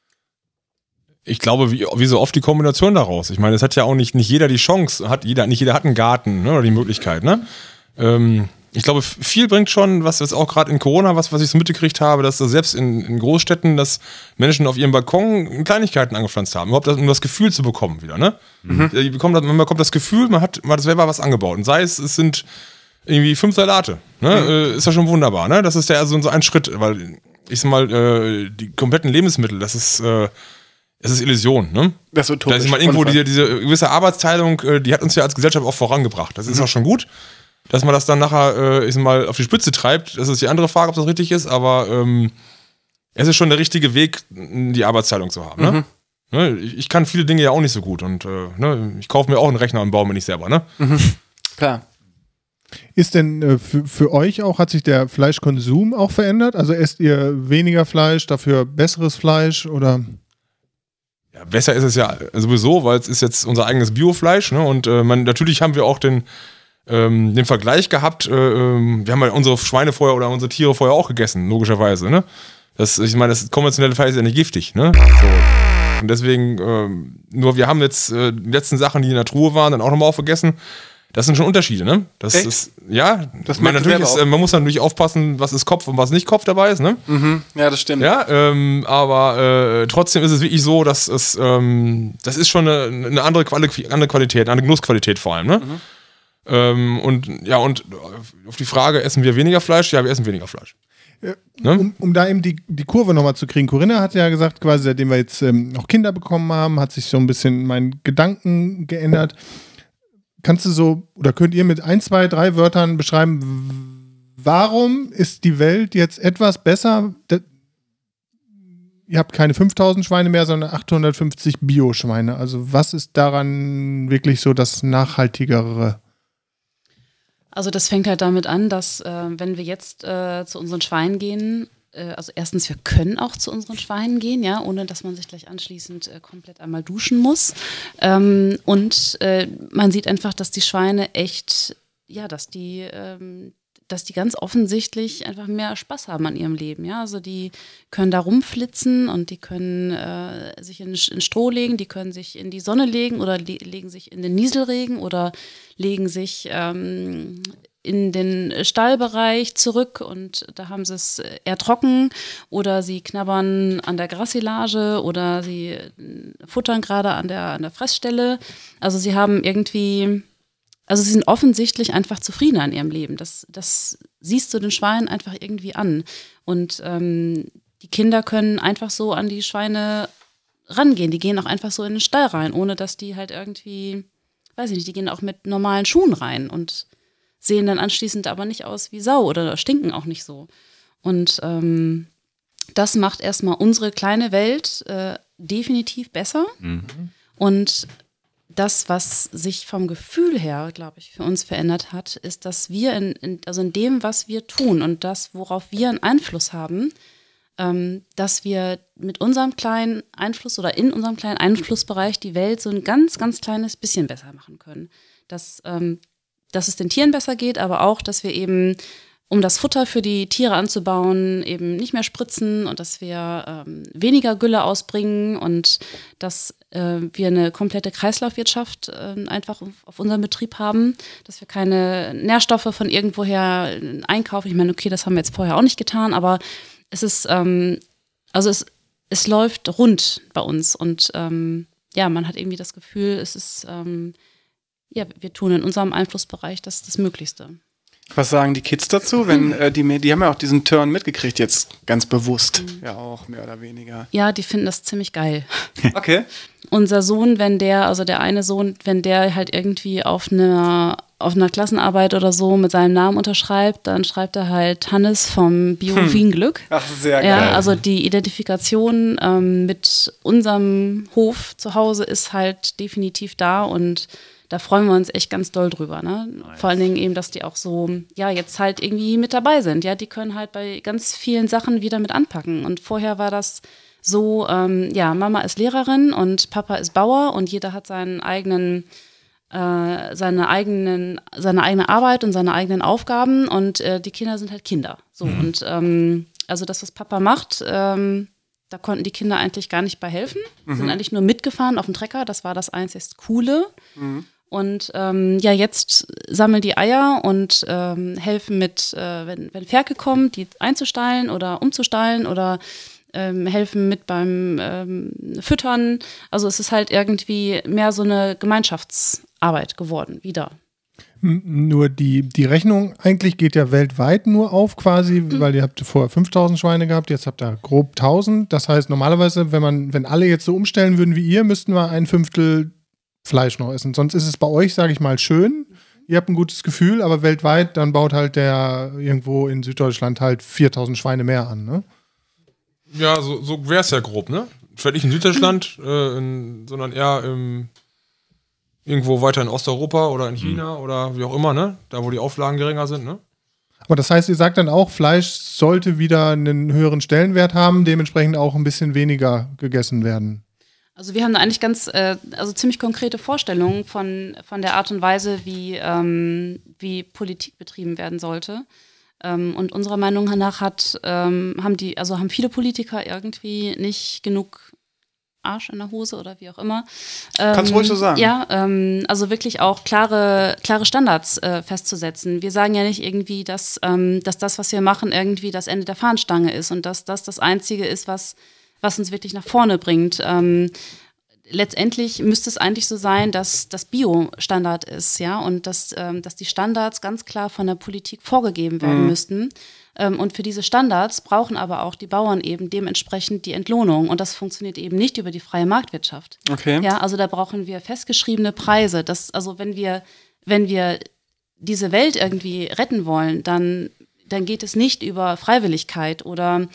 Ich glaube, wie so oft die Kombination daraus. Ich meine, es hat ja auch nicht jeder die Chance, nicht jeder hat einen Garten, ne, oder die Möglichkeit, ne? Ich glaube, viel bringt schon, was auch gerade in Corona, was ich so mitgekriegt habe, dass selbst in Großstädten, dass Menschen auf ihrem Balkon Kleinigkeiten angepflanzt haben, überhaupt um das Gefühl zu bekommen wieder, ne? Man bekommt das Gefühl, man hat selber was angebaut. Und sei es sind irgendwie 5 Salate, ne? Ist ja schon wunderbar, ne? Das ist ja so ein Schritt, weil ich sag mal, die kompletten Lebensmittel, das ist Illusion, ne? Das ist utopisch. Da ist mal irgendwo diese gewisse Arbeitsteilung, die hat uns ja als Gesellschaft auch vorangebracht. Das ist auch schon gut. Dass man das dann nachher, auf die Spitze treibt, das ist die andere Frage, ob das richtig ist, aber es ist schon der richtige Weg, die Arbeitsteilung zu haben. Ne? Ich kann viele Dinge ja auch nicht so gut und ich kaufe mir auch einen Rechner und baue mir nicht selber. Ne? Klar. Ist denn für euch auch, hat sich der Fleischkonsum auch verändert? Also esst ihr weniger Fleisch, dafür besseres Fleisch oder? Ja, besser ist es ja sowieso, weil es ist jetzt unser eigenes Biofleisch, ne? Und natürlich haben wir auch den Vergleich gehabt, wir haben ja unsere Schweine vorher oder unsere Tiere vorher auch gegessen, logischerweise, ne? Ich meine, das konventionelle Fleisch ist ja nicht giftig, ne? So. Und deswegen, nur wir haben jetzt die letzten Sachen, die in der Truhe waren, dann auch nochmal aufgegessen. Das sind schon Unterschiede, ne? Das echt? Ist, ja, man muss natürlich aufpassen, was ist Kopf und was nicht Kopf dabei ist, ne? Ja, das stimmt. Ja, aber trotzdem ist es wirklich so, dass das ist schon eine andere Qualität, eine Genussqualität vor allem, ne? Und auf die Frage, essen wir weniger Fleisch? Ja, wir essen weniger Fleisch. Ne? Um da eben die Kurve nochmal zu kriegen. Corinna hat ja gesagt, quasi seitdem wir jetzt auch Kinder bekommen haben, hat sich so ein bisschen mein Gedanken geändert. Kannst du könnt ihr mit 1, 2, 3 Wörtern beschreiben, warum ist die Welt jetzt etwas besser? Ihr habt keine 5000 Schweine mehr, sondern 850 Bio-Schweine. Also was ist daran wirklich so das Nachhaltigere? Also das fängt halt damit an, dass wenn wir jetzt zu unseren Schweinen gehen, also erstens, wir können auch zu unseren Schweinen gehen, ja, ohne dass man sich gleich anschließend komplett einmal duschen muss. Und man sieht einfach, dass die Schweine echt, ja, dass die ganz offensichtlich einfach mehr Spaß haben an ihrem Leben. Ja? Also die können da rumflitzen und die können sich in Stroh legen, die können sich in die Sonne legen oder legen sich in den Nieselregen oder legen sich in den Stallbereich zurück und da haben sie es eher trocken oder sie knabbern an der Grassilage oder sie futtern gerade an der Fressstelle. Also sie haben irgendwie... Also sie sind offensichtlich einfach zufrieden an ihrem Leben. Das siehst du den Schweinen einfach irgendwie an. Und die Kinder können einfach so an die Schweine rangehen. Die gehen auch einfach so in den Stall rein, ohne dass die halt irgendwie, weiß ich nicht, die gehen auch mit normalen Schuhen rein und sehen dann anschließend aber nicht aus wie Sau oder stinken auch nicht so. Und das macht erstmal unsere kleine Welt definitiv besser. Und das, was sich vom Gefühl her, glaube ich, für uns verändert hat, ist, dass wir in dem, was wir tun und das, worauf wir einen Einfluss haben, dass wir mit unserem kleinen Einfluss oder in unserem kleinen Einflussbereich die Welt so ein ganz, ganz kleines bisschen besser machen können. Dass es den Tieren besser geht, aber auch, dass wir eben um das Futter für die Tiere anzubauen, eben nicht mehr spritzen und dass wir weniger Gülle ausbringen und dass wir eine komplette Kreislaufwirtschaft einfach auf unserem Betrieb haben, dass wir keine Nährstoffe von irgendwoher einkaufen. Ich meine, okay, das haben wir jetzt vorher auch nicht getan, aber es ist, es läuft rund bei uns und man hat irgendwie das Gefühl, es ist, wir tun in unserem Einflussbereich das Möglichste. Was sagen die Kids dazu, wenn die haben ja auch diesen Turn mitgekriegt jetzt ganz bewusst, ja auch mehr oder weniger. Ja, die finden das ziemlich geil. Okay. Unser Sohn, der eine Sohn, wenn der halt irgendwie auf einer Klassenarbeit oder so mit seinem Namen unterschreibt, dann schreibt er halt Hannes vom Bio-Wienglück. Ach, sehr geil. Ja, also die Identifikation mit unserem Hof zu Hause ist halt definitiv da und da freuen wir uns echt ganz doll drüber. Ne? Nice. Vor allen Dingen eben, dass die auch so, jetzt halt irgendwie mit dabei sind. Ja, die können halt bei ganz vielen Sachen wieder mit anpacken. Und vorher war das so, Mama ist Lehrerin und Papa ist Bauer und jeder hat seine eigene Arbeit und seine eigenen Aufgaben und die Kinder sind halt Kinder. So, und also das, was Papa macht, da konnten die Kinder eigentlich gar nicht bei helfen. Sind eigentlich nur mitgefahren auf dem Trecker, das war das einzig Coole. Und jetzt sammeln die Eier und helfen mit, wenn Ferkel kommen, die einzustallen oder umzustallen oder helfen mit beim Füttern. Also es ist halt irgendwie mehr so eine Gemeinschaftsarbeit geworden, wieder. Nur die Rechnung eigentlich geht ja weltweit nur auf quasi, weil ihr habt vorher 5.000 Schweine gehabt, jetzt habt ihr grob 1.000. Das heißt normalerweise, wenn alle jetzt so umstellen würden wie ihr, müssten wir 1/5 Fleisch noch essen. Sonst ist es bei euch, sage ich mal, schön. Ihr habt ein gutes Gefühl, aber weltweit, dann baut halt der irgendwo in Süddeutschland halt 4.000 Schweine mehr an, ne? Ja, so wäre es ja grob, ne? Vielleicht nicht in Süddeutschland, sondern eher irgendwo weiter in Osteuropa oder in China oder wie auch immer, ne? Da, wo die Auflagen geringer sind, ne? Aber das heißt, ihr sagt dann auch, Fleisch sollte wieder einen höheren Stellenwert haben, dementsprechend auch ein bisschen weniger gegessen werden. Also wir haben da eigentlich ganz, ziemlich konkrete Vorstellungen von der Art und Weise, wie Politik betrieben werden sollte. Und unserer Meinung nach haben viele Politiker irgendwie nicht genug Arsch in der Hose oder wie auch immer. Kannst du ruhig so sagen. Ja, also wirklich auch klare Standards festzusetzen. Wir sagen ja nicht irgendwie, dass das, was wir machen, irgendwie das Ende der Fahnenstange ist und dass das Einzige ist, was uns wirklich nach vorne bringt. Letztendlich müsste es eigentlich so sein, dass das Bio-Standard ist, ja, und dass die Standards ganz klar von der Politik vorgegeben werden müssten. Und für diese Standards brauchen aber auch die Bauern eben dementsprechend die Entlohnung. Und das funktioniert eben nicht über die freie Marktwirtschaft. Okay. Ja, also da brauchen wir festgeschriebene Preise. Also wenn wir diese Welt irgendwie retten wollen, dann geht es nicht über Freiwilligkeit oder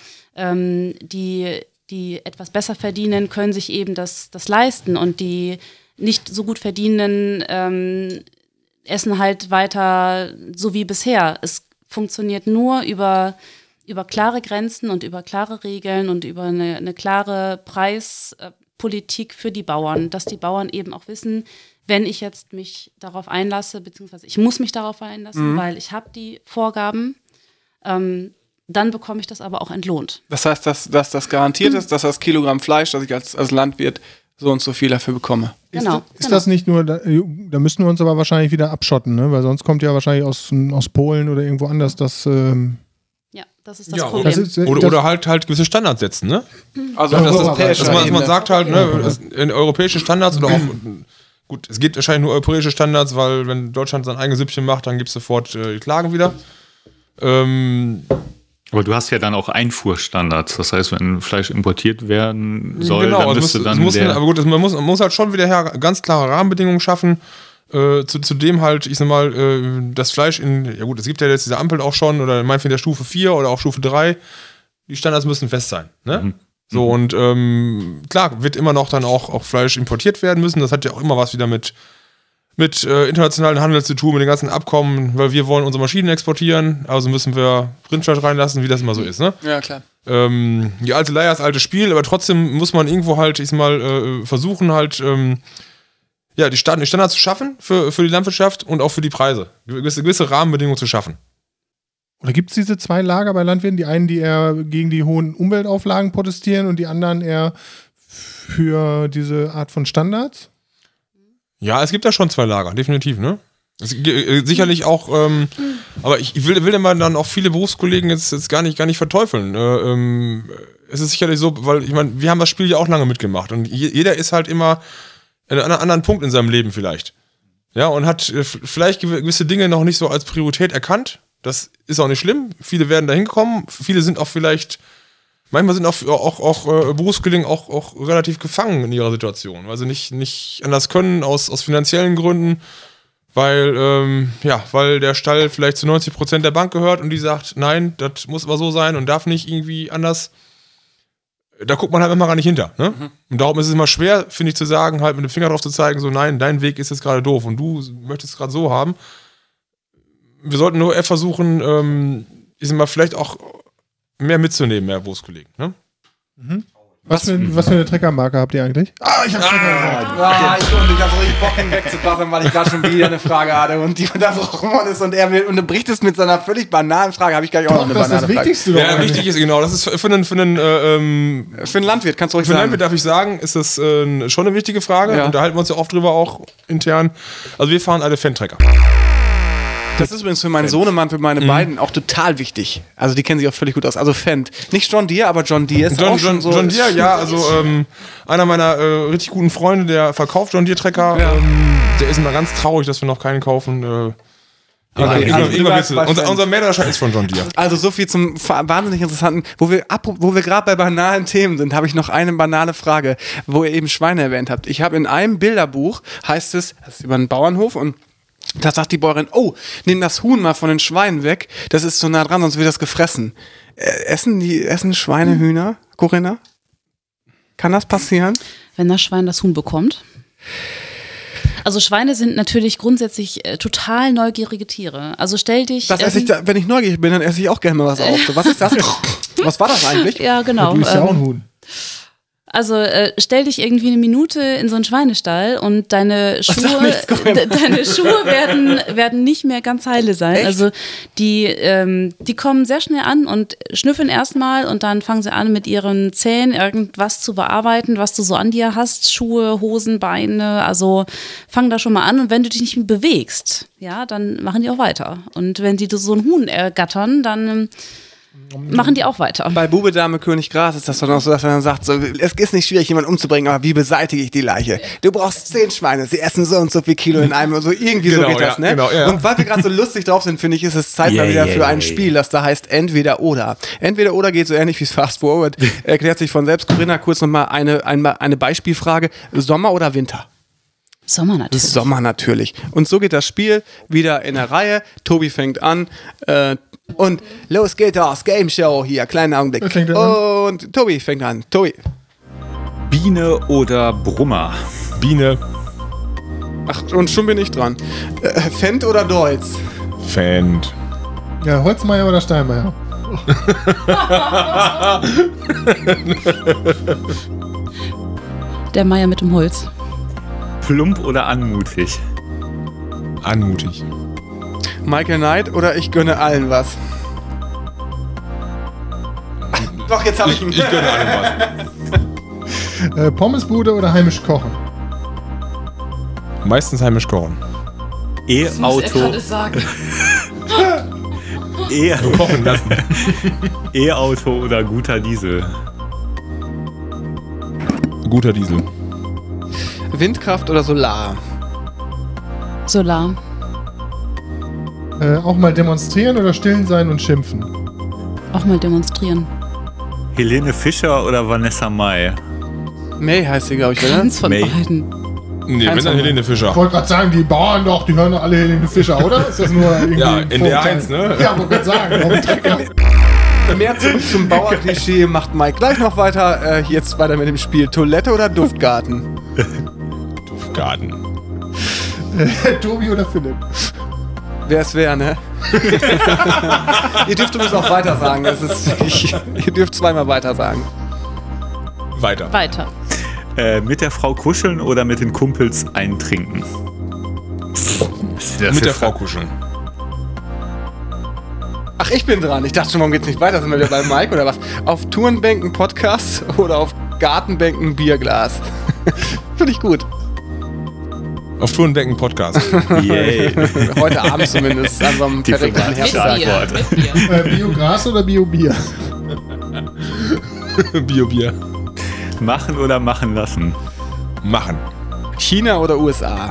die etwas besser verdienen, können sich eben das leisten und die nicht so gut verdienenden essen halt weiter so wie bisher. Es funktioniert nur über klare Grenzen und über klare Regeln und über eine klare Preispolitik für die Bauern, dass die Bauern eben auch wissen, wenn ich jetzt mich darauf einlasse, beziehungsweise ich muss mich darauf einlassen, weil ich habe die Vorgaben, dann bekomme ich das aber auch entlohnt. Das heißt, dass das garantiert ist, dass das Kilogramm Fleisch, das ich als Landwirt so und so viel dafür bekomme. Genau. Ist das nicht nur, da müssen wir uns aber wahrscheinlich wieder abschotten, ne? Weil sonst kommt ja wahrscheinlich aus Polen oder irgendwo anders das... Ja, das ist das Problem. Oder halt gewisse Standards setzen, ne? Also dass man sagt halt, ne, in europäische Standards oder auch, gut, es gibt wahrscheinlich nur europäische Standards, weil wenn Deutschland sein eigenes Süppchen macht, dann gibt es sofort die Klagen wieder. Aber du hast ja dann auch Einfuhrstandards. Das heißt, wenn Fleisch importiert werden soll, dann müsste dann aber gut, man muss halt schon wieder ganz klare Rahmenbedingungen schaffen. Zudem halt, ich sag mal, das Fleisch es gibt ja jetzt diese Ampel auch schon, oder meinetwegen der Stufe 4 oder auch Stufe 3. Die Standards müssen fest sein, ne? So, und klar, wird immer noch dann auch Fleisch importiert werden müssen. Das hat ja auch immer was wieder mit internationalen Handel zu tun, mit den ganzen Abkommen, weil wir wollen unsere Maschinen exportieren, also müssen wir Rindfleisch reinlassen, wie das immer so ist, ne? Ja, klar. Die alte Leier ist altes Spiel, aber trotzdem muss man irgendwo halt, versuchen halt, die Standards zu schaffen für die Landwirtschaft und auch für die Preise. Gewisse Rahmenbedingungen zu schaffen. Oder gibt es diese zwei Lager bei Landwirten? Die einen, die eher gegen die hohen Umweltauflagen protestieren und die anderen eher für diese Art von Standards? Ja, es gibt da schon zwei Lager, definitiv, ne? Sicherlich auch, aber ich will immer dann auch viele Berufskollegen jetzt gar nicht verteufeln. Es ist sicherlich so, weil ich meine, wir haben das Spiel ja auch lange mitgemacht und jeder ist halt immer an einem anderen Punkt in seinem Leben vielleicht. Ja, und hat vielleicht gewisse Dinge noch nicht so als Priorität erkannt. Das ist auch nicht schlimm. Viele werden da hinkommen. Viele sind auch vielleicht, manchmal sind auch Berufskollegen auch relativ gefangen in ihrer Situation, weil sie nicht anders können aus finanziellen Gründen. Weil der Stall vielleicht zu 90% der Bank gehört und die sagt, nein, das muss aber so sein und darf nicht irgendwie anders. Da guckt man halt immer gar nicht hinter. Ne? Mhm. Und darum ist es immer schwer, finde ich, zu sagen, halt mit dem Finger drauf zu zeigen, so nein, dein Weg ist jetzt gerade doof und du möchtest es gerade so haben. Wir sollten nur eher versuchen, vielleicht auch mehr mitzunehmen, mehr Berufskollegen. Ne? Mhm. Was für eine Treckermarke habt ihr eigentlich? Ich hab's gesagt. Ich hab richtig Bock, ihn wegzupassen, weil ich gerade schon wieder eine Frage hatte und die unterbrochen worden ist und er bricht es mit seiner völlig banalen Frage. Habe ich gar nicht auch noch eine banale Frage. Das ist das Wichtigste. Ja, wichtig ist, genau. Das ist für einen Landwirt, kannst du ruhig sagen. Für einen Landwirt darf ich sagen, ist das schon eine wichtige Frage. Ja. Unterhalten wir uns ja oft drüber auch intern. Also wir fahren alle Fendt-Trecker. Das ist übrigens für meinen Sohnemann, für meine beiden auch total wichtig. Also die kennen sich auch völlig gut aus. Also Fendt. Nicht John Deere, aber John Deere ist auch schon so. John Deere, ja. Also einer meiner richtig guten Freunde, der verkauft John Deere Trecker. Ja. Der ist immer ganz traurig, dass wir noch keinen kaufen. Unser Manager ist von John Deere. Also so viel zum wahnsinnig interessanten. Wo wir gerade bei banalen Themen sind, habe ich noch eine banale Frage, wo ihr eben Schweine erwähnt habt. Ich habe in einem Bilderbuch, das ist über einen Bauernhof und da sagt die Bäuerin, nimm das Huhn mal von den Schweinen weg, das ist so nah dran, sonst wird das gefressen. Essen Schweine Hühner, Corinna? Kann das passieren? Wenn das Schwein das Huhn bekommt? Also Schweine sind natürlich grundsätzlich total neugierige Tiere. Also stell dich... wenn ich neugierig bin, dann esse ich auch gerne mal was auf. Was ist das? Was war das eigentlich? Ja, genau. Du bist ja auch ein Huhn. Also stell dich irgendwie eine Minute in so einen Schweinestall und deine Schuhe werden nicht mehr ganz heile sein. Echt? Also die kommen sehr schnell an und schnüffeln erstmal und dann fangen sie an mit ihren Zähnen irgendwas zu bearbeiten, was du so an dir hast, Schuhe, Hosen, Beine, also fang da schon mal an und wenn du dich nicht mehr bewegst, ja, dann machen die auch weiter. Und wenn die so ein Huhn ergattern, dann machen die auch weiter. Bei Bube, Dame, König, Gras ist das doch noch so, dass man dann sagt, so, es ist nicht schwierig, jemanden umzubringen, aber wie beseitige ich die Leiche? Du brauchst 10 Schweine, sie essen so und so viel Kilo in einem, so irgendwie genau, so geht das, ne? Genau, ja. Und weil wir gerade so lustig drauf sind, finde ich, ist es Zeit mal wieder für ein Spiel, das da heißt Entweder oder. Entweder oder geht so ähnlich wie Fast Forward. Erklärt sich von selbst. Corinna, kurz nochmal eine Beispielfrage. Sommer oder Winter? Sommer natürlich. Sommer natürlich. Und so geht das Spiel wieder in der Reihe. Tobi fängt an. Und los geht das, Game Show hier, kleinen Augenblick. Und Tobi fängt an. Tobi. Biene oder Brummer? Biene. Ach, und schon bin ich dran. Fendt oder Deutz? Fendt. Ja, Holzmeier oder Steinmeier? Der Meier mit dem Holz. Plump oder anmutig? Anmutig. Michael Knight oder ich gönne allen was? Doch, jetzt habe ich ihn. Ich gönne allen was. Pommesbude oder heimisch kochen? Meistens heimisch kochen. E-Auto. Kochen lassen. E-Auto oder guter Diesel? Guter Diesel. Windkraft oder Solar? Solar. Auch mal demonstrieren oder stillen sein und schimpfen? Auch mal demonstrieren. Helene Fischer oder Vanessa Mai? May heißt sie, glaube ich, oder? Keins von beiden. Nee, wenn dann Helene Fischer. Ich wollte gerade sagen, die Bauern doch, die hören doch alle Helene Fischer, oder? Ist das nur irgendwie ja, in der 1, ne? Ja, wollte gerade sagen. Mehr zurück zum Bauerklischee macht Mike gleich noch weiter. Jetzt weiter mit dem Spiel. Toilette oder Duftgarten? Duftgarten. Tobi oder Philipp? Wer es wäre, ne? Ihr dürft übrigens auch weiter sagen. Ihr dürft zweimal weiter sagen. Weiter. Mit der Frau kuscheln oder mit den Kumpels eintrinken? Mit der Frau kuscheln. Ach, ich bin dran. Ich dachte schon, warum geht's nicht weiter? Sind wir wieder bei Mike oder was? Auf Tourenbänken Podcast oder auf Gartenbänken Bierglas? Finde ich gut. Auf Tourenbänken Podcast. Yay. Heute Abend zumindest, an so einem verregneten Herbsttag. Biogras oder Biobier? Biobier. Machen oder machen lassen? Machen. China oder USA?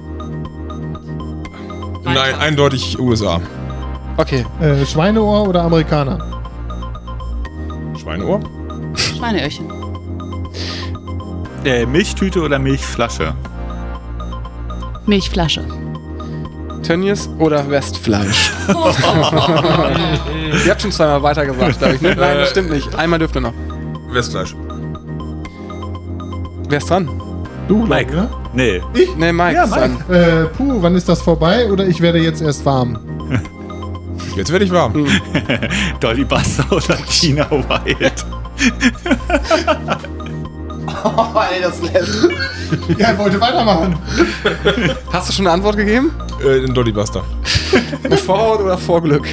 Nein, eindeutig USA. Okay. Schweineohr oder Amerikaner? Schweineohr? Schweineöhrchen. Milchtüte oder Milchflasche? Milchflasche. Tönnies oder Westfleisch? Ihr habt schon zweimal weitergesagt, glaube ich. Ne? Nein, das stimmt nicht. Einmal dürft ihr noch. Westfleisch. Wer ist dran? Du, Mike, ne? Nee. Ich? Nee, Mike. Ja, ist Mike. dran. Wann ist das vorbei oder ich werde jetzt erst warm? Jetzt werde ich warm. Dolly Buster oder Gina Wild? Oh, ey, das lässt. Ja, ich wollte weitermachen. Hast du schon eine Antwort gegeben? In Dolly Buster. Vor oder vor Glück?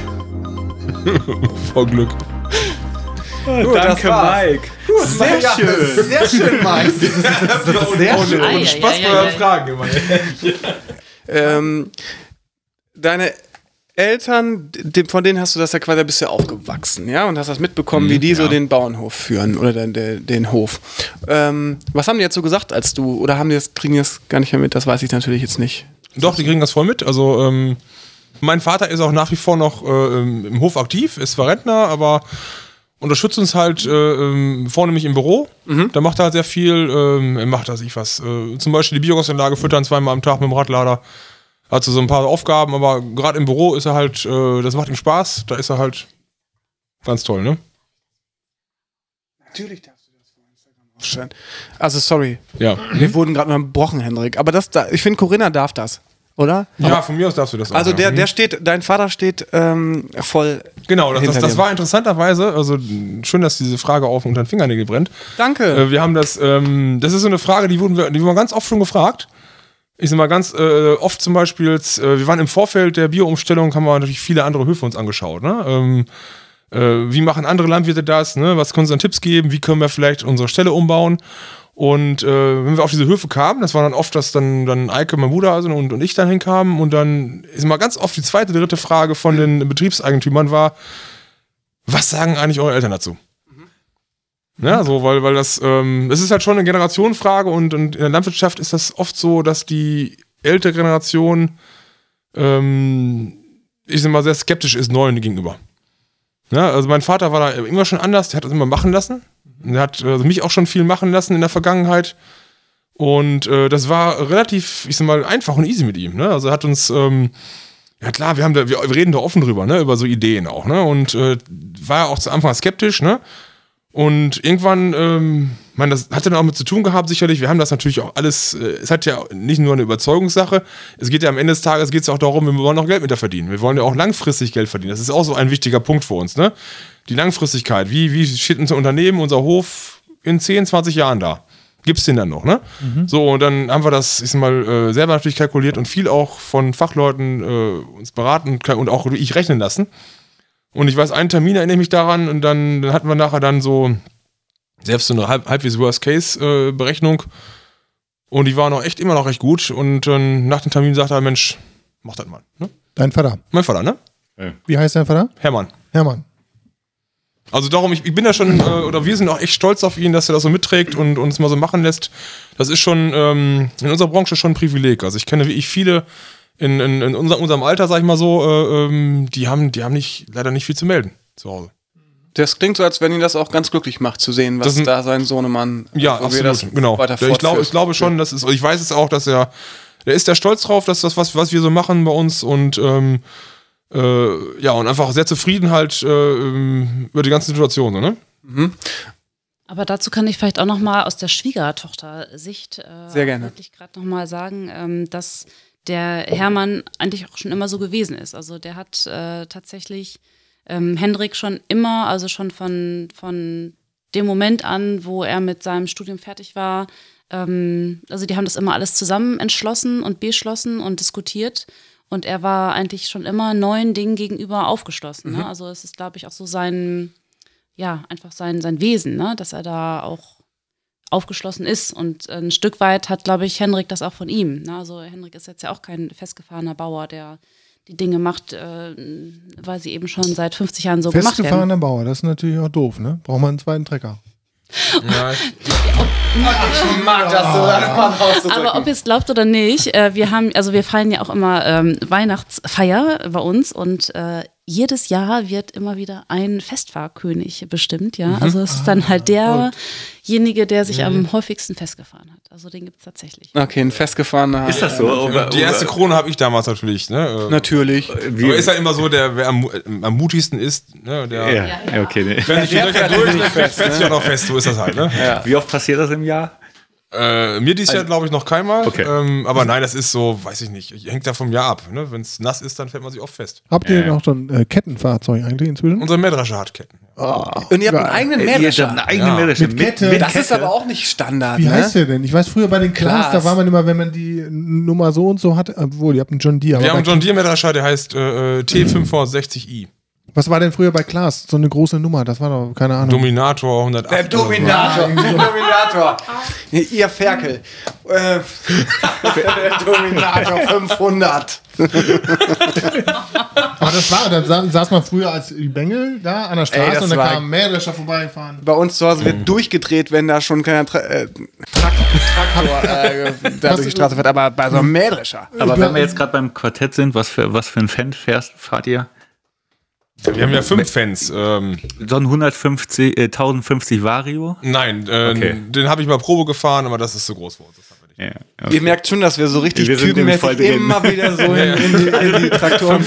Vor Glück. Gut, Danke, Mike. Sehr schön. Sehr schön, Mike. Das ist sehr schön. Und Spaß bei euren Fragen immer. Deine Eltern, von denen hast du das ja quasi, bist du ja aufgewachsen, ja? Und hast das mitbekommen, wie die so den Bauernhof führen oder den Hof. Was haben die jetzt so gesagt, als du, oder kriegen die das gar nicht mehr mit? Das weiß ich natürlich jetzt nicht. Doch, die kriegen das voll mit. Also, mein Vater ist auch nach wie vor noch im Hof aktiv, ist zwar Rentner, aber unterstützt uns halt vornehmlich im Büro. Da macht er halt sehr viel. Er macht da sich was. Zum Beispiel die Biogasanlage füttern 2-mal am Tag mit dem Radlader. Hat so ein paar Aufgaben, aber gerade im Büro ist er halt, das macht ihm Spaß. Da ist er halt ganz toll, ne? Natürlich darfst du das vor Instagram aufstellen. Also, sorry. Ja. Wir wurden gerade mal gebrochen, Hendrik. Aber ich finde, Corinna darf das, oder? Ja, aber von mir aus darfst du das auch. Also, dein Vater steht voll. Genau, das war interessanterweise, also schön, dass diese Frage auf unter den Fingernägel brennt. Danke. Wir haben das ist so eine Frage, die wurden wir ganz oft schon gefragt. Ich sag mal ganz oft zum Beispiel, wir waren im Vorfeld der Bio-Umstellung, haben wir natürlich viele andere Höfe uns angeschaut. Ne? Wie machen andere Landwirte das? Ne? Was können sie an Tipps geben? Wie können wir vielleicht unsere Ställe umbauen? Und wenn wir auf diese Höfe kamen, das war dann oft, dass dann Eike, mein Bruder also, und ich dann hinkamen und dann ist mal ganz oft die zweite, dritte Frage von den Betriebseigentümern war, was sagen eigentlich eure Eltern dazu? Ja, so, weil das ist halt schon eine Generationenfrage und in der Landwirtschaft ist das oft so, dass die ältere Generation ich sag mal, sehr skeptisch ist Neuen gegenüber. Ja, also mein Vater war da immer schon anders, der hat das immer machen lassen. Der hat mich auch schon viel machen lassen in der Vergangenheit. Und das war relativ, ich sag mal, einfach und easy mit ihm. Ne? Also er hat uns, ja klar, wir reden da offen drüber, ne? Über so Ideen auch. Ne? Und war ja auch zu Anfang skeptisch, ne? Und irgendwann, das hat dann auch mit zu tun gehabt, sicherlich. Wir haben das natürlich auch alles, es hat ja nicht nur eine Überzeugungssache, es geht ja am Ende des Tages geht's auch darum, wir wollen auch Geld mit da verdienen. Wir wollen ja auch langfristig Geld verdienen. Das ist auch so ein wichtiger Punkt für uns, ne? Die Langfristigkeit. Wie steht unser Unternehmen, unser Hof in 10, 20 Jahren da? Gibt's den dann noch, ne? So, und dann haben wir das, ich sag mal, selber natürlich kalkuliert und viel auch von Fachleuten uns beraten und auch ich rechnen lassen. Und ich weiß, einen Termin erinnere ich mich daran und dann hatten wir nachher dann so selbst so eine halbwegs Worst-Case-Berechnung und die waren auch echt immer noch recht gut und nach dem Termin sagte er, Mensch, mach das mal. Ne? Dein Vater? Mein Vater, ne? Wie heißt dein Vater? Hermann. Hermann. Also darum, ich bin da schon, oder wir sind auch echt stolz auf ihn, dass er das so mitträgt und uns mal so machen lässt. Das ist schon in unserer Branche schon ein Privileg. Also ich kenne wie ich viele in unserem Alter, sag ich mal so, die haben leider nicht viel zu melden zu Hause. Das klingt so, als wenn ihn das auch ganz glücklich macht, zu sehen, was da sein Sohnemann ja, absolut, genau. weiter ich glaube schon, ich weiß es auch, dass er ist da stolz drauf, dass das, was wir so machen bei uns und ja, und einfach sehr zufrieden halt über die ganze Situation, so, ne? Mhm. Aber dazu kann ich vielleicht auch nochmal aus der Schwiegertochter-Sicht sehr gerne wirklich gerade nochmal sagen, dass der Hermann eigentlich auch schon immer so gewesen ist. Also der hat tatsächlich Hendrik schon immer, also schon von dem Moment an, wo er mit seinem Studium fertig war, also die haben das immer alles zusammen entschlossen und beschlossen und diskutiert. Und er war eigentlich schon immer neuen Dingen gegenüber aufgeschlossen. Ne? Also es ist, glaube ich, auch so sein Wesen, ne? Dass er da auch aufgeschlossen ist. Und ein Stück weit hat, glaube ich, Henrik das auch von ihm. Ne? Also Henrik ist jetzt ja auch kein festgefahrener Bauer, der die Dinge macht, weil sie eben schon seit 50 Jahren so gemacht werden. Festgefahrener Bauer, das ist natürlich auch doof, ne? Braucht man einen zweiten Trecker. Ja, ich mag das so. Aber ob ihr es glaubt oder nicht, wir feiern ja auch immer Weihnachtsfeier bei uns und jedes Jahr wird immer wieder ein Festfahrkönig bestimmt, ja. Also es ist dann halt derjenige, der sich am häufigsten festgefahren hat. Also den gibt es tatsächlich. Okay, ein festgefahrener. Ist das so? Die erste Krone habe ich damals natürlich. Ne? Natürlich. Aber ist ja immer so, wer am mutigsten ist. Ne? Okay. Nee. Wenn sich die Löcher durch, fährt sich auch noch fest. So ist das halt. Ne? Ja. Wie oft passiert das im Jahr? Mir dieses Jahr, glaube ich, noch keinmal. Okay. Aber nein, das ist so, weiß ich nicht. Hängt da vom Jahr ab. Ne? Wenn es nass ist, dann fällt man sich oft fest. Habt ihr denn auch so ein Kettenfahrzeug eigentlich inzwischen? Unsere Mähdrescher hat Ketten. Oh, und ihr habt einen eigenen Mähdrescher. Mit Kette. Das ist aber auch nicht Standard. Wie heißt der denn? Ich weiß, früher bei den Klaas, da war man immer, wenn man die Nummer so und so hat, obwohl, ihr habt einen John Deere. Wir haben einen John Deere Mähdrescher, der heißt T560i. Was war denn früher bei Klaas? So eine große Nummer, das war doch, keine Ahnung. Dominator 108. Der Dominator. Ihr Ferkel. Der Dominator 500. Aber das war, da saß man früher als die Bengel da an der Straße und da kam ein Mähdrescher vorbeigefahren. Bei uns zu Hause wird durchgedreht, wenn da schon kein Traktor da durch die Straße fährt, aber bei so einem Mähdrescher. Aber wenn wir jetzt gerade beim Quartett sind, was für ein Fan fahrt ihr? Wir haben ja 5 Fans. So ein 1050 Vario? Nein, den habe ich mal Probe gefahren, aber das ist zu groß für uns. Ja, okay. Ihr merkt schon, dass wir so richtig typenmäßig immer wieder so in die Traktoren.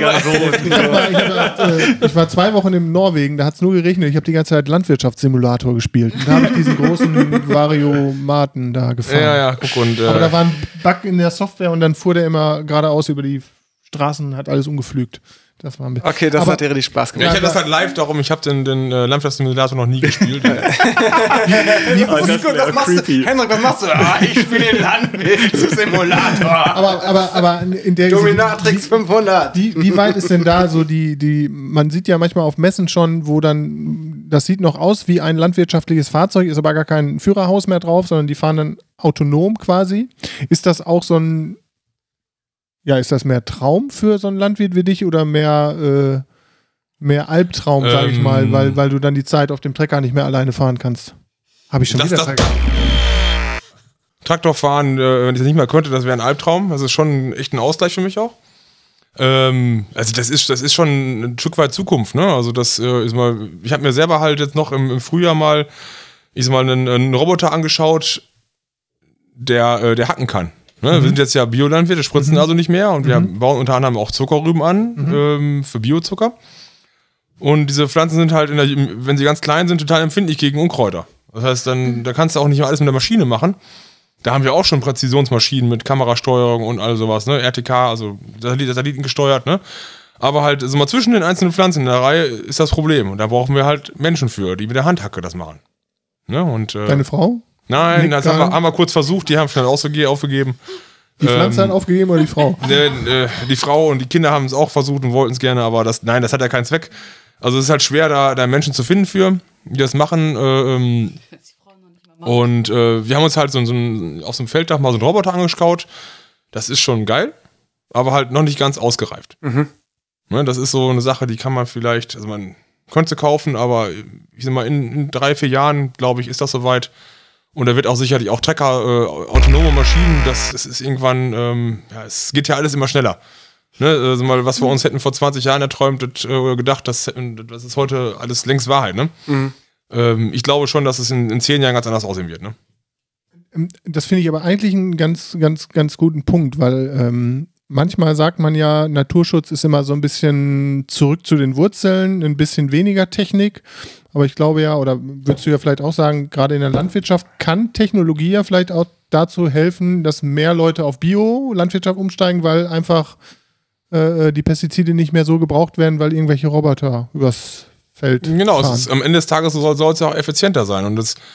Ich war 2 Wochen in Norwegen, da hat es nur geregnet. Ich habe die ganze Zeit Landwirtschaftssimulator gespielt. Und da habe ich diesen großen Variomaten da gefahren. Ja, guck und. Aber da war ein Bug in der Software und dann fuhr der immer geradeaus über die Straßen, hat alles umgepflügt. Das war ein bisschen. Okay, das hat dir richtig Spaß gemacht. Ja, ich hatte das halt live, darum, ich habe den Landwirtschaftssimulator noch nie gespielt. Henrik, was machst du? Ich spiele den Landwirtschaftssimulator. Aber in der Dominatrix 500. Wie weit ist denn da so man sieht ja manchmal auf Messen schon, wo dann, das sieht noch aus wie ein landwirtschaftliches Fahrzeug, ist aber gar kein Führerhaus mehr drauf, sondern die fahren dann autonom quasi. Ist das auch so ein ist das mehr Traum für so einen Landwirt wie dich oder mehr Albtraum, sage ich mal, weil du dann die Zeit auf dem Trecker nicht mehr alleine fahren kannst? Habe ich schon wieder vergessen. Traktor fahren, wenn ich das nicht mehr könnte, das wäre ein Albtraum. Das ist schon echt ein Ausgleich für mich auch. Also das ist schon ein Stück weit Zukunft, ne? Also das ist mal, ich habe mir selber halt jetzt noch im Frühjahr mal, einen Roboter angeschaut, der hacken kann. Ne, wir sind jetzt ja Biolandwirte, spritzen also nicht mehr und wir bauen unter anderem auch Zuckerrüben an für Biozucker. Und diese Pflanzen sind halt, wenn sie ganz klein sind, total empfindlich gegen Unkräuter. Das heißt, da kannst du auch nicht mehr alles mit der Maschine machen. Da haben wir auch schon Präzisionsmaschinen mit Kamerasteuerung und all sowas, ne? RTK, also Satelliten gesteuert, ne? Aber halt, also mal zwischen den einzelnen Pflanzen in der Reihe ist das Problem. Und da brauchen wir halt Menschen für, die mit der Handhacke das machen. Ne? Und, deine Frau? Nein, das haben wir kurz versucht, die haben schnell aufgegeben. Die Pflanze hat aufgegeben oder die Frau? Die Frau und die Kinder haben es auch versucht und wollten es gerne, aber das hat ja keinen Zweck. Also es ist halt schwer, da Menschen zu finden für, die das machen. Und wir haben uns halt auf so einem Felddach mal so einen Roboter angeschaut. Das ist schon geil, aber halt noch nicht ganz ausgereift. Ne, das ist so eine Sache, die kann man vielleicht, also man könnte sie kaufen, aber ich sag mal, in 3-4 Jahren, glaube ich, ist das soweit. Und da wird auch sicherlich auch Trecker, autonome Maschinen, das ist irgendwann, es geht ja alles immer schneller. Ne, also mal, was wir uns hätten vor 20 Jahren erträumt oder gedacht, das ist heute alles längst Wahrheit. Ne? Ich glaube schon, dass es in 10 Jahren ganz anders aussehen wird. Ne? Das finde ich aber eigentlich einen ganz, ganz, ganz guten Punkt, weil manchmal sagt man ja, Naturschutz ist immer so ein bisschen zurück zu den Wurzeln, ein bisschen weniger Technik. Aber ich glaube ja, oder würdest du ja vielleicht auch sagen, gerade in der Landwirtschaft kann Technologie ja vielleicht auch dazu helfen, dass mehr Leute auf Bio-Landwirtschaft umsteigen, weil einfach die Pestizide nicht mehr so gebraucht werden, weil irgendwelche Roboter übers Feld fahren. Genau, am Ende des Tages soll es ja auch effizienter sein. Und das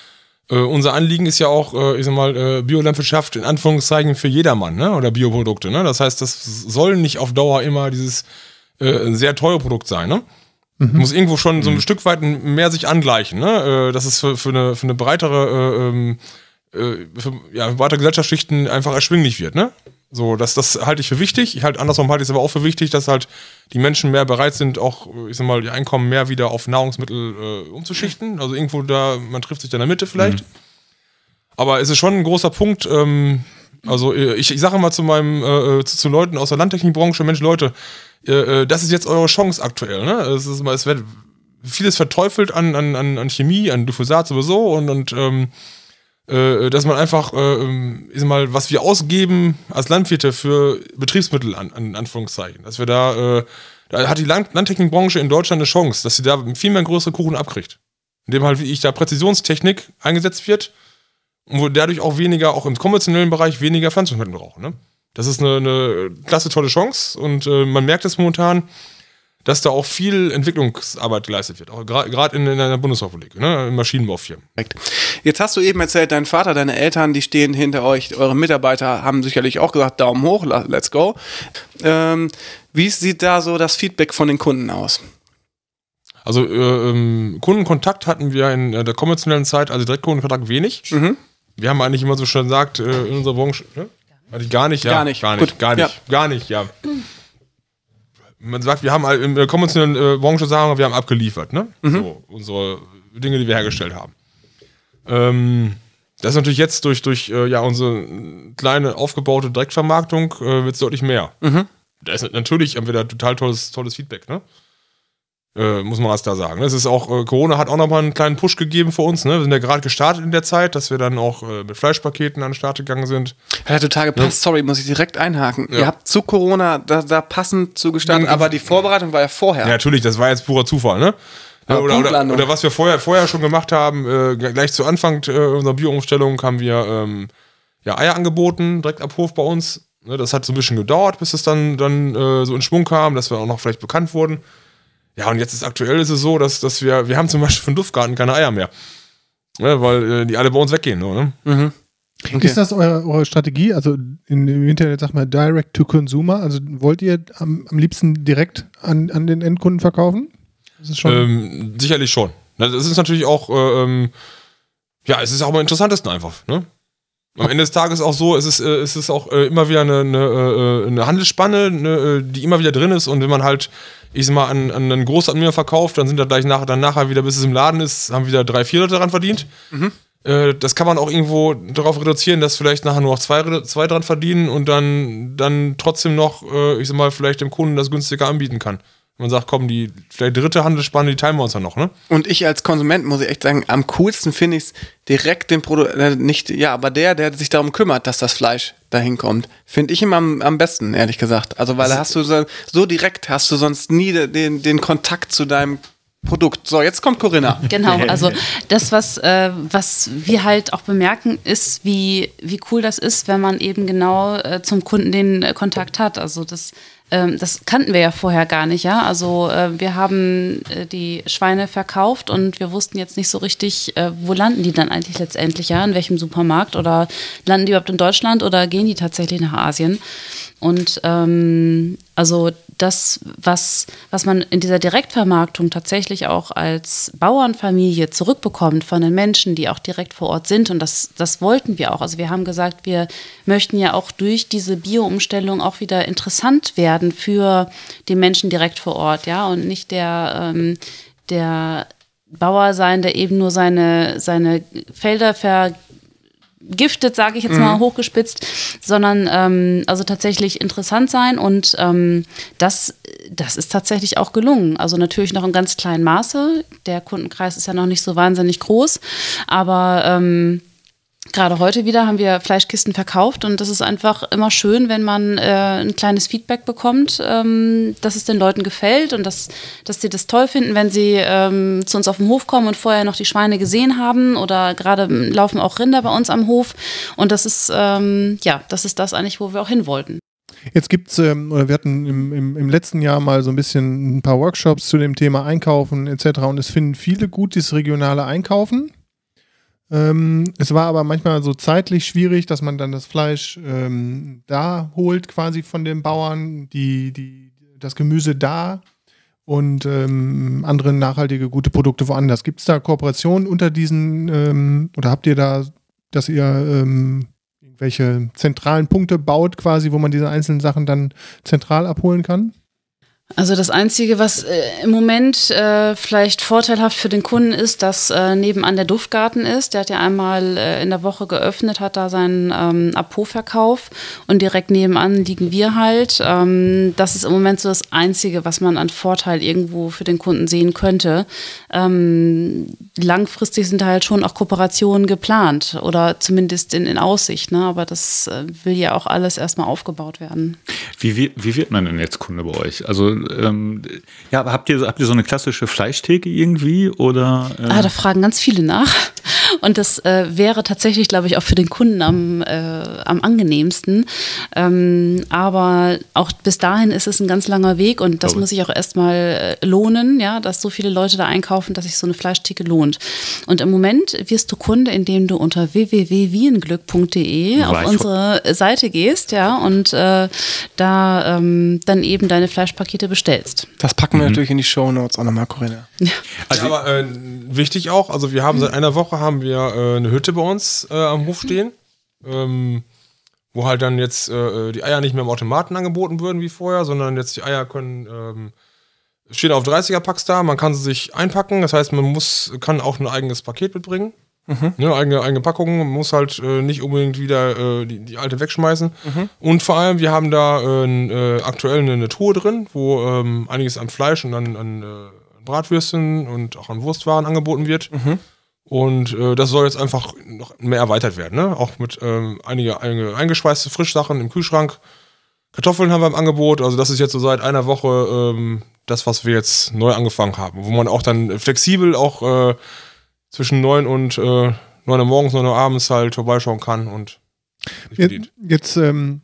unser Anliegen ist ja auch, ich sag mal, Biolandwirtschaft in Anführungszeichen für jedermann, ne? Oder Bioprodukte. Ne? Das heißt, das soll nicht auf Dauer immer dieses sehr teure Produkt sein. Ne? Muss irgendwo schon so ein Stück weit mehr sich angleichen. Ne? Dass es für eine breitere, für weitere Gesellschaftsschichten einfach erschwinglich wird. Ne? So, das halte ich für wichtig. Andersrum halte ich es aber auch für wichtig, dass halt die Menschen mehr bereit sind, auch, ich sag mal, die Einkommen mehr wieder auf Nahrungsmittel umzuschichten. Also irgendwo da, man trifft sich da in der Mitte vielleicht. Aber es ist schon ein großer Punkt. Also ich sage mal zu Leuten aus der Landtechnikbranche, Mensch, Leute, das ist jetzt eure Chance aktuell. Ne? Es wird vieles verteufelt an Chemie, an Glyphosat sowieso und dass man einfach, ich sag mal, was wir ausgeben als Landwirte für Betriebsmittel an Anführungszeichen, dass wir da hat die Landtechnikbranche in Deutschland eine Chance, dass sie da viel mehr größere Kuchen abkriegt. Indem halt, wie ich da Präzisionstechnik eingesetzt wird und wo dadurch auch weniger, auch im konventionellen Bereich, weniger Pflanzungsmittel brauchen. Ne? Das ist eine klasse, tolle Chance und man merkt es momentan, dass da auch viel Entwicklungsarbeit geleistet wird, auch gerade in der Bundesrepublik, ne, im Maschinenbaufirmen. Jetzt hast du eben erzählt, dein Vater, deine Eltern, die stehen hinter euch, eure Mitarbeiter haben sicherlich auch gesagt, Daumen hoch, let's go. Wie sieht da so das Feedback von den Kunden aus? Also Kundenkontakt hatten wir in der konventionellen Zeit, also Direktkundenkontakt wenig. Wir haben eigentlich immer so schon gesagt, in unserer Branche, ne? Gar nicht. Man sagt, wir haben in der konventionellen Branche sagen, wir haben abgeliefert, ne? So, unsere Dinge, die wir hergestellt haben. Das ist natürlich jetzt durch unsere kleine aufgebaute Direktvermarktung wird es deutlich mehr. Da ist natürlich entweder total tolles Feedback, ne? Muss man was da sagen. Das ist auch, Corona hat auch nochmal einen kleinen Push gegeben für uns. Ne? Wir sind ja gerade gestartet in der Zeit, dass wir dann auch mit Fleischpaketen an den Start gegangen sind. Hat total gepasst, sorry, muss ich direkt einhaken. Ja. Ihr habt zu Corona da passend zu gestartet, aber die Vorbereitung war ja vorher. Ja, natürlich, das war jetzt purer Zufall, ne? Oder was wir vorher schon gemacht haben, gleich zu Anfang unserer Bio-Umstellung haben wir Eier angeboten, direkt ab Hof bei uns. Ne? Das hat so ein bisschen gedauert, bis es dann so in Schwung kam, dass wir auch noch vielleicht bekannt wurden. Ja, und jetzt aktuell ist es so, dass wir haben zum Beispiel von Duftgarten keine Eier mehr. Ne, weil die alle bei uns weggehen. Nur, ne? Okay. Ist das eure Strategie? Also im Internet sagt man Direct to Consumer. Also wollt ihr am liebsten direkt an den Endkunden verkaufen? Das ist schon sicherlich schon. Das ist natürlich auch, es ist auch am interessantesten einfach. Ne? Am Ende des Tages auch so, es ist auch immer wieder eine Handelsspanne, die immer wieder drin ist. Und wenn man halt, ich sag mal, an einen Großanbieter verkauft, dann sind da gleich nachher wieder, bis es im Laden ist, haben wieder 3-4 Leute daran verdient. Das kann man auch irgendwo darauf reduzieren, dass vielleicht nachher nur noch zwei dran verdienen und dann trotzdem noch, ich sag mal, vielleicht dem Kunden das günstiger anbieten kann. Man sagt, komm, die vielleicht dritte Handelsspanne, die teilen wir uns dann noch, ne? Und ich als Konsument muss ich echt sagen, am coolsten finde ich es direkt den Produkt, aber der sich darum kümmert, dass das Fleisch dahin kommt, finde ich immer am besten, ehrlich gesagt. Also, weil da hast du so direkt, hast du sonst nie den Kontakt zu deinem Produkt. So, jetzt kommt Corinna. Genau, also das, was wir halt auch bemerken, ist, wie cool das ist, wenn man eben genau zum Kunden den Kontakt hat. Also das kannten wir ja vorher gar nicht, ja. Also wir haben die Schweine verkauft und wir wussten jetzt nicht so richtig, wo landen die dann eigentlich letztendlich, ja, in welchem Supermarkt oder landen die überhaupt in Deutschland oder gehen die tatsächlich nach Asien? Und also das, was man in dieser Direktvermarktung tatsächlich auch als Bauernfamilie zurückbekommt von den Menschen, die auch direkt vor Ort sind, und das wollten wir auch. Also wir haben gesagt, wir möchten ja auch durch diese Bio-Umstellung auch wieder interessant werden für die Menschen direkt vor Ort, ja, und nicht der Bauer sein, der eben nur seine Felder vergiftet, sage ich jetzt mal hochgespitzt, sondern also tatsächlich interessant sein, und das ist tatsächlich auch gelungen. Also natürlich noch im ganz kleinen Maße. Der Kundenkreis ist ja noch nicht so wahnsinnig groß, aber gerade heute wieder haben wir Fleischkisten verkauft, und das ist einfach immer schön, wenn man ein kleines Feedback bekommt, dass es den Leuten gefällt und dass sie das toll finden, wenn sie zu uns auf den Hof kommen und vorher noch die Schweine gesehen haben, oder gerade laufen auch Rinder bei uns am Hof, und das ist das ist das eigentlich, wo wir auch hin wollten. Jetzt gibt's, oder wir hatten im letzten Jahr mal so ein bisschen ein paar Workshops zu dem Thema Einkaufen etc. und es finden viele gut, dieses regionale Einkaufen. Es war aber manchmal so zeitlich schwierig, dass man dann das Fleisch da holt quasi von den Bauern, das Gemüse da und andere nachhaltige, gute Produkte woanders. Gibt es da Kooperationen unter diesen oder habt ihr da, dass ihr irgendwelche zentralen Punkte baut quasi, wo man diese einzelnen Sachen dann zentral abholen kann? Also das Einzige, was im Moment vielleicht vorteilhaft für den Kunden ist, dass nebenan der Duftgarten ist. Der hat ja einmal in der Woche geöffnet, hat da seinen Apo-Verkauf und direkt nebenan liegen wir halt. Das ist im Moment so das Einzige, was man an Vorteil irgendwo für den Kunden sehen könnte. Langfristig sind da halt schon auch Kooperationen geplant oder zumindest in Aussicht, ne? Aber das will ja auch alles erstmal aufgebaut werden. Wie wird man denn jetzt Kunde bei euch? Also habt ihr so eine klassische Fleischtheke irgendwie oder? Da fragen ganz viele nach und das wäre tatsächlich, glaube ich, auch für den Kunden am angenehmsten. Aber auch bis dahin ist es ein ganz langer Weg und das muss sich auch erstmal lohnen, ja, dass so viele Leute da einkaufen, dass sich so eine Fleischtheke lohnt. Und im Moment wirst du Kunde, indem du unter www.wienglück.de auf unsere Seite gehst, ja, und da dann eben deine Fleischpakete bestellst. Das packen wir natürlich in die Shownotes auch nochmal, Corinna. Ja. Also, aber wichtig auch, also wir haben seit einer Woche eine Hütte bei uns am Hof stehen, wo halt dann jetzt die Eier nicht mehr im Automaten angeboten würden wie vorher, sondern jetzt die Eier stehen auf 30er-Packs da, man kann sie sich einpacken, das heißt, man kann auch ein eigenes Paket mitbringen. Ne, eigene Packungen, man muss halt nicht unbedingt wieder die alte wegschmeißen. Und vor allem, wir haben da aktuell eine Truhe drin, wo einiges an Fleisch und an Bratwürsten und auch an Wurstwaren angeboten wird. Und das soll jetzt einfach noch mehr erweitert werden. Ne? Auch mit einige eingeschweißte Frischsachen im Kühlschrank. Kartoffeln haben wir im Angebot, also das ist jetzt so seit einer Woche das, was wir jetzt neu angefangen haben. Wo man auch dann flexibel auch zwischen 9 und 9 Uhr morgens, 9 Uhr abends halt vorbeischauen kann und jetzt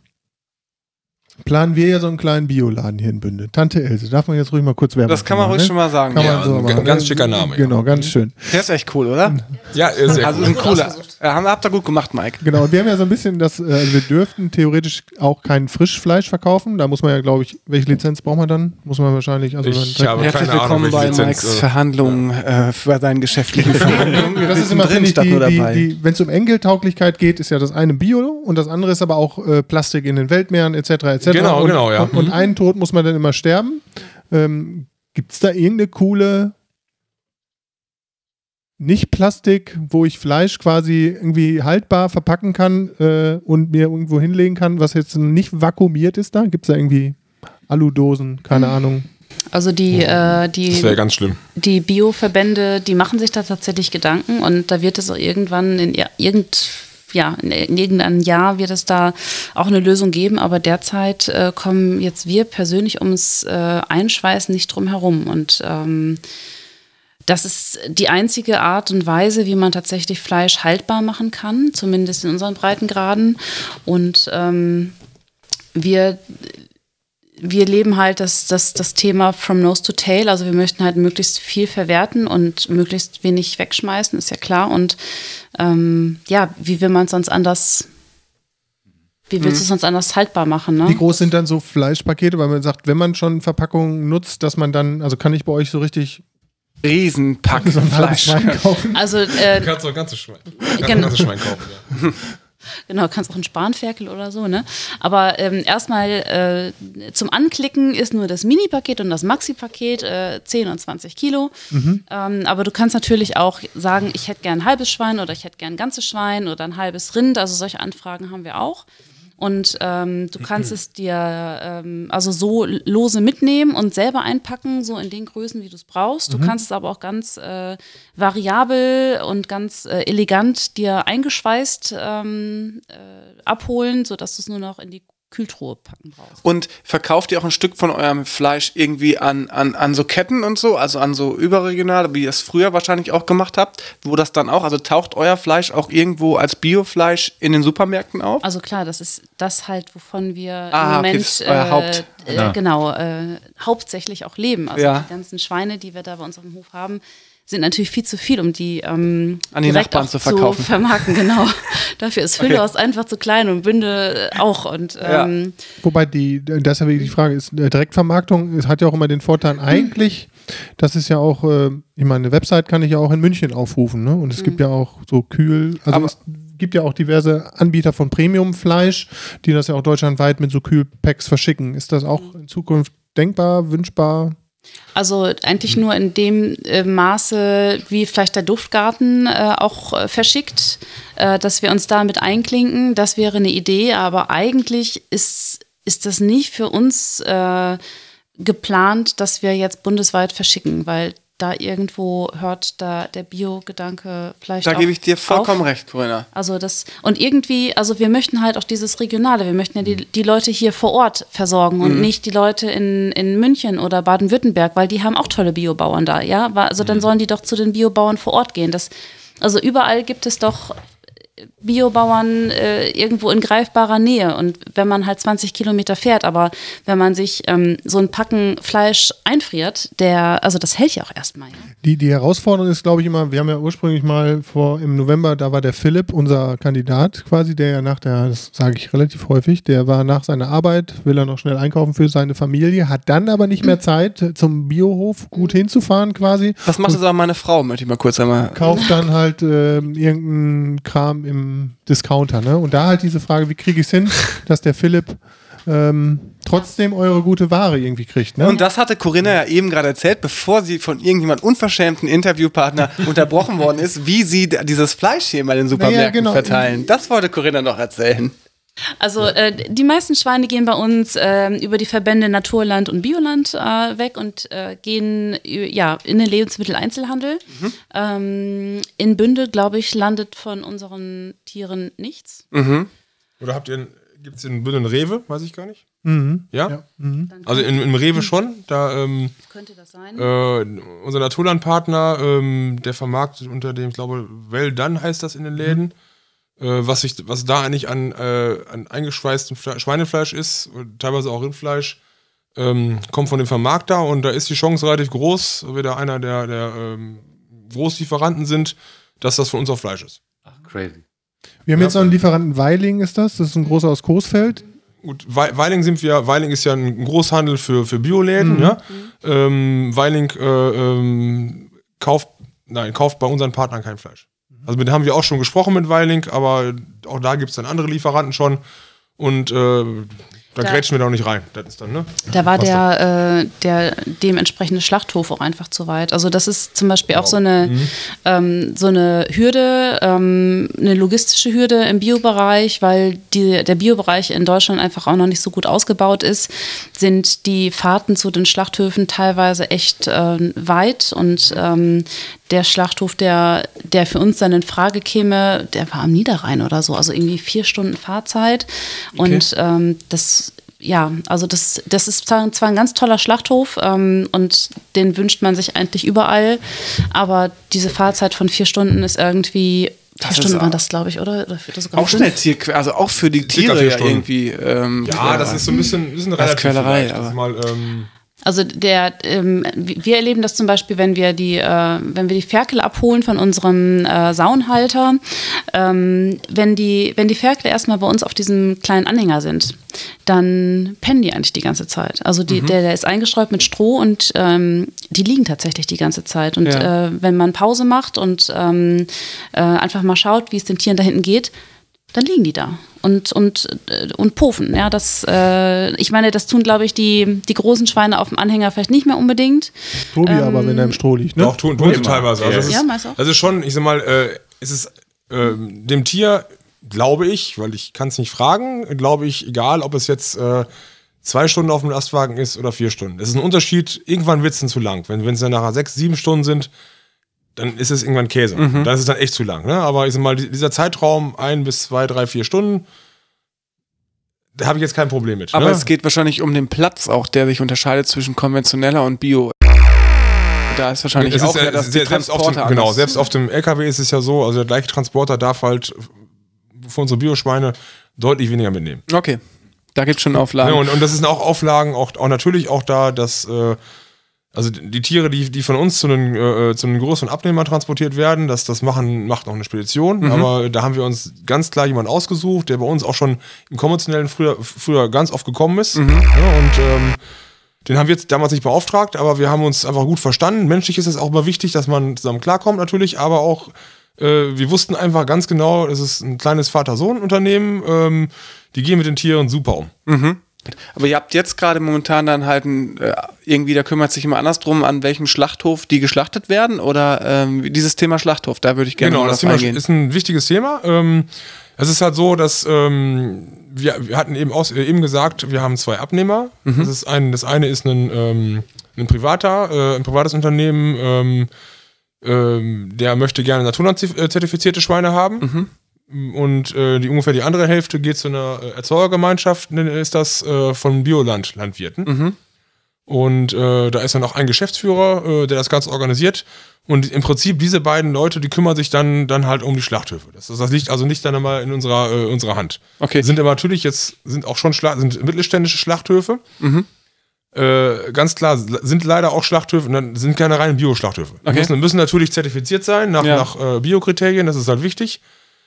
planen wir ja so einen kleinen Bioladen hier in Bünde. Tante Else, darf man jetzt ruhig mal kurz Werbung Das kann man ruhig schon mal sagen. Kann man so machen. Ganz schicker Name. Genau, ganz schön. Der ist echt cool, oder? Ja, ist sehr cool. Also ein cooler. Habt ihr gut gemacht, Mike. Genau, und wir haben ja so ein bisschen wir dürften theoretisch auch kein Frischfleisch verkaufen. Da muss man ja, glaube ich, welche Lizenz braucht man dann? Muss man wahrscheinlich... Ich habe herzlich keine willkommen Ahnung, bei Lizenz, Mikes Verhandlungen für seine geschäftlichen Verhandlungen. Das ist immer, finde ich, wenn es um Enkeltauglichkeit geht, ist ja das eine Bio und das andere ist aber auch Plastik in den Weltmeeren etc. Genau, ja. Und einen Tod muss man dann immer sterben. Gibt es da irgendeine coole Nicht-Plastik, wo ich Fleisch quasi irgendwie haltbar verpacken kann und mir irgendwo hinlegen kann, was jetzt nicht vakuumiert ist da? Gibt es da irgendwie Aludosen? Keine Ahnung. Also das wäre ganz schlimm. Die Bio-Verbände, die machen sich da tatsächlich Gedanken und da wird es auch irgendwann in irgendeinem Jahr wird es da auch eine Lösung geben, aber derzeit kommen jetzt wir persönlich ums Einschweißen nicht drum herum und das ist die einzige Art und Weise, wie man tatsächlich Fleisch haltbar machen kann, zumindest in unseren Breitengraden und wir leben halt das Thema from nose to tail, also wir möchten halt möglichst viel verwerten und möglichst wenig wegschmeißen, ist ja klar. Und wie will man es sonst anders, wie willst du es sonst anders haltbar machen? Ne? Wie groß sind dann so Fleischpakete, weil man sagt, wenn man schon Verpackungen nutzt, dass man dann, also kann ich bei euch so richtig Riesenpack so ein Fleisch kaufen? Also, du kannst auch ein ganzes Schwein kaufen, ja. Genau, kannst auch einen Spanferkel oder so, ne? Aber erstmal zum Anklicken ist nur das Mini-Paket und das Maxi-Paket 10 und 20 Kilo. Aber du kannst natürlich auch sagen, ich hätte gern ein halbes Schwein oder ich hätte gern ein ganzes Schwein oder ein halbes Rind. Also solche Anfragen haben wir auch. Und du kannst es dir also so lose mitnehmen und selber einpacken, so in den Größen, wie du es brauchst. Du kannst es aber auch ganz variabel und ganz elegant dir eingeschweißt abholen, sodass du es nur noch in die Kühltruhe packen brauchst. Und verkauft ihr auch ein Stück von eurem Fleisch irgendwie an so Ketten und so, also an so überregionale, wie ihr es früher wahrscheinlich auch gemacht habt, wo das dann auch, also taucht euer Fleisch auch irgendwo als Biofleisch in den Supermärkten auf? Also klar, das ist das halt, wovon wir im Moment hauptsächlich auch leben. Also die ganzen Schweine, die wir da bei uns auf dem Hof haben, sind natürlich viel zu viel, um die an die Nachbarn zu verkaufen. Zu vermarkten, genau. Dafür ist Hüllhorst einfach zu klein und Bünde auch. Und, Wobei das ist ja wirklich die Frage, ist Direktvermarktung, es hat ja auch immer den Vorteil eigentlich, das ist ja auch, ich meine, eine Website kann ich ja auch in München aufrufen, ne? Und es gibt ja auch so es gibt ja auch diverse Anbieter von Premium-Fleisch, die das ja auch deutschlandweit mit so Kühlpacks verschicken. Ist das auch in Zukunft denkbar, wünschbar? Also eigentlich nur in dem Maße, wie vielleicht der Duftgarten auch verschickt, dass wir uns damit einklinken. Das wäre eine Idee, aber eigentlich ist das nicht für uns geplant, dass wir jetzt bundesweit verschicken, weil da irgendwo hört da der Bio-Gedanke vielleicht Da gebe ich dir vollkommen recht, Corinna. Also und irgendwie, also wir möchten halt auch dieses Regionale, wir möchten ja die Leute hier vor Ort versorgen und nicht die Leute in München oder Baden-Württemberg, weil die haben auch tolle Biobauern da, ja. Also dann sollen die doch zu den Biobauern vor Ort gehen. Also überall gibt es doch Biobauern irgendwo in greifbarer Nähe und wenn man halt 20 Kilometer fährt, aber wenn man sich so ein Packen Fleisch einfriert, also das hält ja auch erstmal. Ja? Die Herausforderung ist, glaube ich, immer, wir haben ja ursprünglich mal im November, da war der Philipp, unser Kandidat quasi, der ja das sage ich relativ häufig, der war nach seiner Arbeit, will er noch schnell einkaufen für seine Familie, hat dann aber nicht mehr Zeit, zum Biohof gut hinzufahren quasi. Das macht aber meine Frau, möchte ich mal kurz einmal. Kauft dann halt irgendeinen Kram im Discounter, ne? Und da halt diese Frage, wie kriege ich es hin, dass der Philipp trotzdem eure gute Ware irgendwie kriegt, ne? Und das hatte Corinna ja eben gerade erzählt, bevor sie von irgendjemand unverschämten Interviewpartner unterbrochen worden ist, wie sie dieses Fleisch hier mal in den Supermärkten verteilen. Das wollte Corinna noch erzählen. Also die meisten Schweine gehen bei uns über die Verbände Naturland und Bioland weg und gehen in den Lebensmitteleinzelhandel. In Bünde, glaube ich, landet von unseren Tieren nichts. Oder gibt es in Bünde einen Rewe? Weiß ich gar nicht. Ja? Ja. Also im Rewe schon. Da könnte das sein. Unser Naturlandpartner, der vermarktet unter dem, ich glaube, Well Done heißt das in den Läden. Was da eigentlich an eingeschweißtem Schweinefleisch ist, teilweise auch Rindfleisch, kommt von dem Vermarkter und da ist die Chance relativ groß, wir da einer der Großlieferanten sind, dass das von uns auch Fleisch ist. Ach, crazy. Wir haben jetzt noch einen Lieferanten, Weiling ist das ist ein großer aus Coesfeld. Gut, Weiling ist ja ein Großhandel für Bioläden, ja. Weiling kauft bei unseren Partnern kein Fleisch. Also mit dem haben wir auch schon gesprochen mit Weiling, aber auch da gibt es dann andere Lieferanten schon und da grätschen wir da auch nicht rein. Das ist dann, ne? Da war der dementsprechende Schlachthof auch einfach zu weit. Also das ist zum Beispiel auch so eine Hürde, eine logistische Hürde im Biobereich, weil der Biobereich in Deutschland einfach auch noch nicht so gut ausgebaut ist, sind die Fahrten zu den Schlachthöfen teilweise echt weit und der Schlachthof, der für uns dann in Frage käme, der war am Niederrhein oder so, also irgendwie 4 Stunden Fahrzeit. Okay. Und das ist zwar ein ganz toller Schlachthof und den wünscht man sich eigentlich überall, aber diese Fahrzeit von 4 Stunden ist irgendwie 4 Stunden waren das, glaube ich, oder? Auch schnell also auch für die Tiere ja irgendwie. Das ist so ein bisschen relativ Quälerei. Also wir erleben das zum Beispiel, wenn wir die Ferkel abholen von unserem Saunhalter, wenn die Ferkel erstmal bei uns auf diesem kleinen Anhänger sind, dann pennen die eigentlich die ganze Zeit. Also der ist eingestreut mit Stroh und die liegen tatsächlich die ganze Zeit. Und wenn man Pause macht und einfach mal schaut, wie es den Tieren da hinten geht, dann liegen die da und puffen. Ja, ich meine, das tun, glaube ich, die großen Schweine auf dem Anhänger vielleicht nicht mehr unbedingt. Tobi aber, wenn er im Stroh liegt, ne? Doch, tun sie teilweise. Also das ist schon, ich sag mal, es ist dem Tier, glaube ich, weil ich kann es nicht fragen, glaube ich, egal, ob es jetzt 2 Stunden auf dem Lastwagen ist oder 4 Stunden. Es ist ein Unterschied, irgendwann wird es dann zu lang. Wenn es dann nachher 6, 7 Stunden sind, dann ist es irgendwann Käse. Dann ist es dann echt zu lang. Ne? Aber ich sag mal, dieser Zeitraum 1 bis 2, 3, 4 Stunden, da habe ich jetzt kein Problem mit. Aber es geht wahrscheinlich um den Platz auch, der sich unterscheidet zwischen konventioneller und Bio. Da ist wahrscheinlich das selbst auf dem LKW ist es ja so, also der gleiche Transporter darf halt für unsere Bioschweine deutlich weniger mitnehmen. Okay, da gibt es schon Auflagen. Ja, und das sind auch Auflagen, auch natürlich auch da, dass Also die Tiere, die von uns zu einem größeren Abnehmer transportiert werden, das macht noch eine Spedition. Aber da haben wir uns ganz klar jemanden ausgesucht, der bei uns auch schon im konventionellen früher ganz oft gekommen ist. Ja, und den haben wir jetzt damals nicht beauftragt, aber wir haben uns einfach gut verstanden. Menschlich ist es auch immer wichtig, dass man zusammen klarkommt natürlich, aber auch wir wussten einfach ganz genau, es ist ein kleines Vater-Sohn-Unternehmen, die gehen mit den Tieren super um. Aber ihr habt jetzt gerade momentan dann halt irgendwie, da kümmert sich immer anders drum, an welchem Schlachthof die geschlachtet werden oder dieses Thema Schlachthof, da würde ich gerne das Thema eingehen. Ist ein wichtiges Thema. Es ist halt so, dass wir hatten eben gesagt, wir haben 2 Abnehmer. Das eine ist ein privates Unternehmen, der möchte gerne naturlandzertifizierte Schweine haben. Und ungefähr die andere Hälfte geht zu einer Erzeugergemeinschaft, ist das von Bioland-Landwirten. Und da ist dann auch ein Geschäftsführer, der das Ganze organisiert. Und im Prinzip diese beiden Leute, die kümmern sich dann halt um die Schlachthöfe. Das liegt also nicht dann einmal in unserer Hand. Okay. Sind aber natürlich sind auch schon sind mittelständische Schlachthöfe. Ganz klar, sind leider auch Schlachthöfe, sind keine reinen Bio-Schlachthöfe. Okay. Müssen natürlich zertifiziert sein nach Biokriterien, das ist halt wichtig.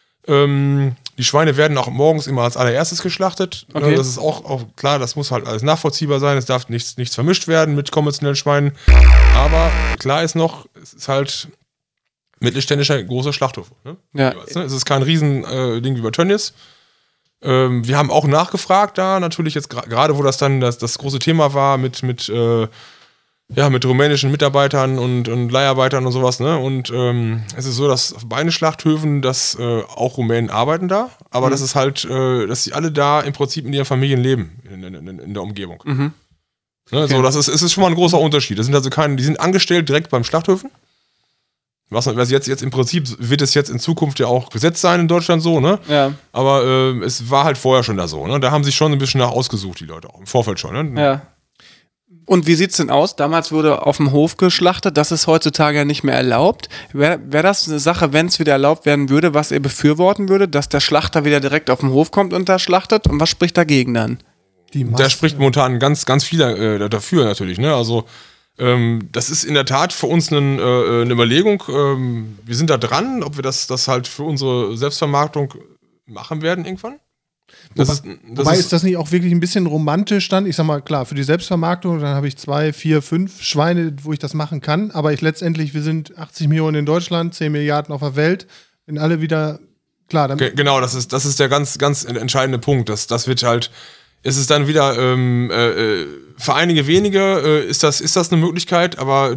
Die Schweine werden auch morgens immer als allererstes geschlachtet. Okay. Das ist auch klar, das muss halt alles nachvollziehbar sein. Es darf nichts vermischt werden mit konventionellen Schweinen. Aber klar ist noch, es ist halt mittelständischer großer Schlachthof. Ne? Ja. Es ist kein Riesending wie bei Tönnies. Wir haben auch nachgefragt da, natürlich jetzt gerade, wo das dann das große Thema war mit rumänischen Mitarbeitern und Leiharbeitern und sowas, ne? Und es ist so, dass auf beiden Schlachthöfen, dass auch Rumänen arbeiten da, aber das ist halt, dass sie alle da im Prinzip in ihren Familien leben, in der Umgebung. Ne? Okay. So, es ist schon mal ein großer Unterschied. Das sind also die sind angestellt direkt beim Schlachthöfen. Was jetzt im Prinzip wird es jetzt in Zukunft ja auch Gesetz sein in Deutschland so, ne? Ja. Aber es war halt vorher schon da so, ne? Da haben sich schon ein bisschen nach ausgesucht, die Leute auch, im Vorfeld schon, ne? Ja. Und wie sieht's denn aus? Damals wurde auf dem Hof geschlachtet, das ist heutzutage ja nicht mehr erlaubt. Wäre das eine Sache, wenn es wieder erlaubt werden würde, was ihr befürworten würde, dass der Schlachter wieder direkt auf den Hof kommt und da schlachtet? Und was spricht dagegen dann? Da spricht momentan ganz, ganz viel dafür natürlich, ne? Also das ist in der Tat für uns eine Überlegung. Wir sind da dran, ob wir das halt für unsere Selbstvermarktung machen werden irgendwann. Wobei ist das nicht auch wirklich ein bisschen romantisch dann? Ich sag mal, klar, für die Selbstvermarktung, dann habe ich 2, 4, 5 Schweine, wo ich das machen kann. Aber wir sind 80 Millionen in Deutschland, 10 Milliarden auf der Welt. Wenn alle wieder, klar. Dann genau, das ist der ganz, ganz entscheidende Punkt. Das wird halt, ist es dann wieder, für einige wenige ist das eine Möglichkeit, aber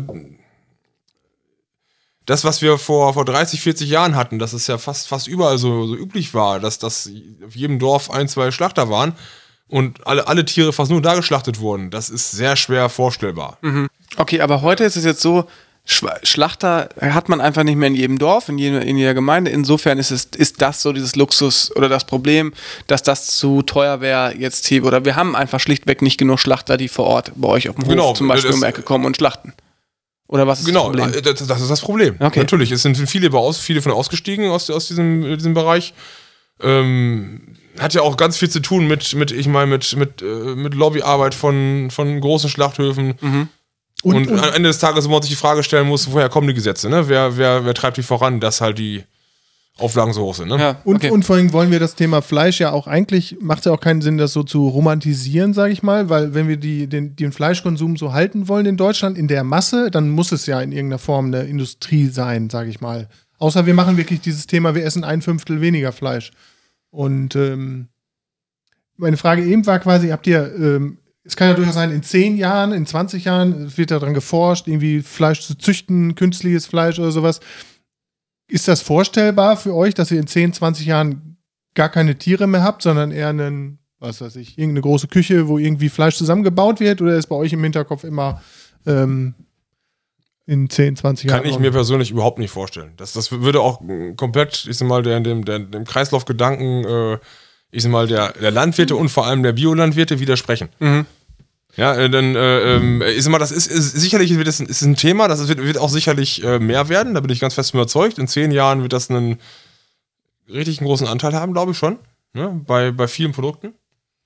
das, was wir vor 30, 40 Jahren hatten, dass es ja fast überall so üblich war, dass auf jedem Dorf 1, 2 Schlachter waren und alle Tiere fast nur da geschlachtet wurden, das ist sehr schwer vorstellbar. Okay, aber heute ist es jetzt so, Schlachter hat man einfach nicht mehr in jedem Dorf, in jeder Gemeinde. Insofern ist das so dieses Luxus oder das Problem, dass das zu teuer wäre jetzt hier. Oder wir haben einfach schlichtweg nicht genug Schlachter, die vor Ort bei euch auf dem Hof zum Beispiel um die Ecke kommen und schlachten. Oder was ist das Problem? Genau, das ist das Problem. Okay. Natürlich, es sind viele von ausgestiegen aus diesem Bereich. Hat ja auch ganz viel zu tun mit Lobbyarbeit von großen Schlachthöfen. Und am Ende des Tages, wo man sich die Frage stellen muss, woher kommen die Gesetze? Ne? Wer treibt die voran, dass halt die Auflagen so hoch sind? Ne? Ja, okay. Und vor allem wollen wir das Thema Fleisch ja auch eigentlich, macht es ja auch keinen Sinn, das so zu romantisieren, sage ich mal, weil wenn wir den Fleischkonsum so halten wollen in Deutschland, in der Masse, dann muss es ja in irgendeiner Form eine Industrie sein, sage ich mal. Außer wir machen wirklich dieses Thema, wir essen 1/5 weniger Fleisch. Und meine Frage eben war quasi, habt ihr... es kann ja durchaus sein, in 10 Jahren, in 20 Jahren wird daran geforscht, irgendwie Fleisch zu züchten, künstliches Fleisch oder sowas. Ist das vorstellbar für euch, dass ihr in 10, 20 Jahren gar keine Tiere mehr habt, sondern eher irgendeine große Küche, wo irgendwie Fleisch zusammengebaut wird? Oder ist bei euch im Hinterkopf immer in 10, 20 Jahren? Kann ich mir persönlich überhaupt nicht vorstellen. Das würde auch komplett, ich sag mal, dem Kreislaufgedanken der Landwirte und vor allem der Biolandwirte widersprechen. Ja, dann das ist sicherlich ist ein Thema, das wird auch sicherlich mehr werden, da bin ich ganz fest überzeugt. In 10 Jahren wird das einen richtig großen Anteil haben, glaube ich schon, ne? Bei vielen Produkten.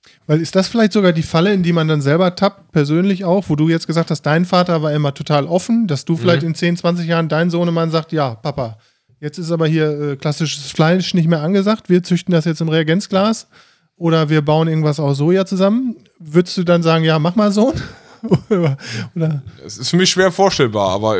Weil ist das vielleicht sogar die Falle, in die man dann selber tappt, persönlich auch, wo du jetzt gesagt hast, dein Vater war immer total offen, dass du vielleicht in 10, 20 Jahren dein Sohnemann sagt, ja, Papa, jetzt ist aber hier klassisches Fleisch nicht mehr angesagt, wir züchten das jetzt im Reagenzglas oder wir bauen irgendwas aus Soja zusammen. Würdest du dann sagen, ja, mach mal Sohn? Oder? Es ist für mich schwer vorstellbar, aber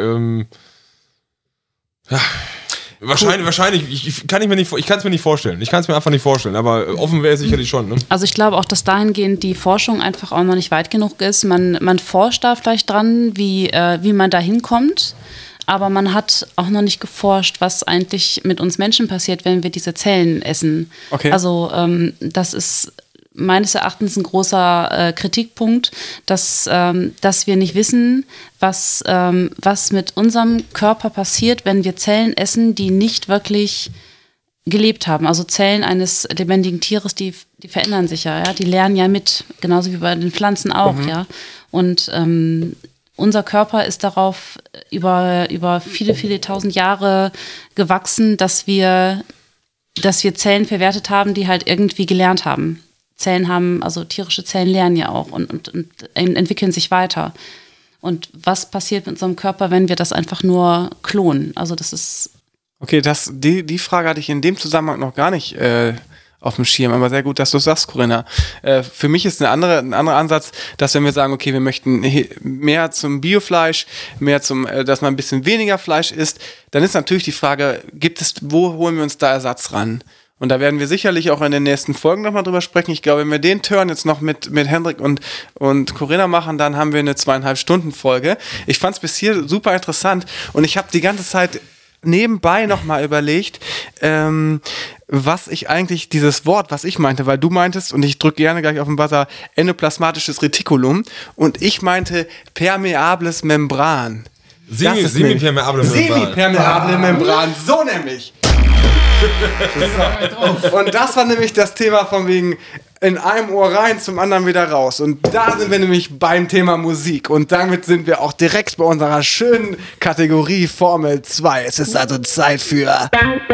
ja. Wahrscheinlich, ich kann es mir nicht vorstellen. Ich kann es mir einfach nicht vorstellen, aber offen wäre es sicherlich schon. Ne? Also ich glaube auch, dass dahingehend die Forschung einfach auch noch nicht weit genug ist. Man forscht da vielleicht dran, wie man da hinkommt, aber man hat auch noch nicht geforscht, was eigentlich mit uns Menschen passiert, wenn wir diese Zellen essen. Okay. Also das ist meines Erachtens ein großer Kritikpunkt, dass wir nicht wissen, was mit unserem Körper passiert, wenn wir Zellen essen, die nicht wirklich gelebt haben. Also Zellen eines lebendigen Tieres, die verändern sich ja, die lernen ja mit, genauso wie bei den Pflanzen auch, ja. Und unser Körper ist darauf über viele, viele tausend Jahre gewachsen, dass wir Zellen verwertet haben, die halt irgendwie gelernt haben. Also tierische Zellen lernen ja auch und entwickeln sich weiter. Und was passiert mit unserem Körper, wenn wir das einfach nur klonen? Also das ist... Okay, die Frage hatte ich in dem Zusammenhang noch gar nicht auf dem Schirm, aber sehr gut, dass du es sagst, Corinna. Für mich ist ein anderer Ansatz, dass wenn wir sagen, okay, wir möchten mehr zum Biofleisch, dass man ein bisschen weniger Fleisch isst, dann ist natürlich die Frage, wo holen wir uns da Ersatz ran? Und da werden wir sicherlich auch in den nächsten Folgen nochmal drüber sprechen. Ich glaube, wenn wir den Turn jetzt noch mit Hendrik und Corinna machen, dann haben wir eine 2,5-Stunden-Folge. Ich fand es bis hier super interessant und ich habe die ganze Zeit nebenbei nochmal überlegt, was ich eigentlich, dieses Wort, was ich meinte, weil du meintest, und ich drücke gerne gleich auf den Buzzer, endoplasmatisches Retikulum und ich meinte permeables Membran. Semipermeable Membran, so nämlich. Und das war nämlich das Thema von wegen in einem Ohr rein, zum anderen wieder raus. Und da sind wir nämlich beim Thema Musik. Und damit sind wir auch direkt bei unserer schönen Kategorie Formel 2. Es ist also Zeit für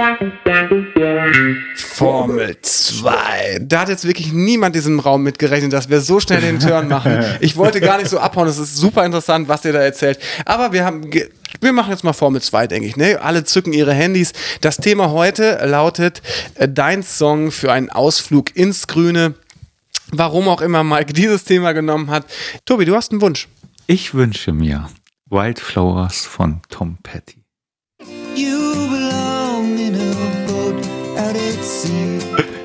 Formel 2. Da hat jetzt wirklich niemand in diesem Raum mitgerechnet, dass wir so schnell den Turn machen. Ich wollte gar nicht so abhauen. Es ist super interessant, was ihr da erzählt. Aber wir machen jetzt mal Formel 2, denke ich. Ne? Alle zücken ihre Handys. Das Thema heute lautet dein Song für einen Ausflug ins Grüne. Warum auch immer Mike dieses Thema genommen hat. Tobi, du hast einen Wunsch. Ich wünsche mir Wildflowers von Tom Petty. You belong in a boat out at sea.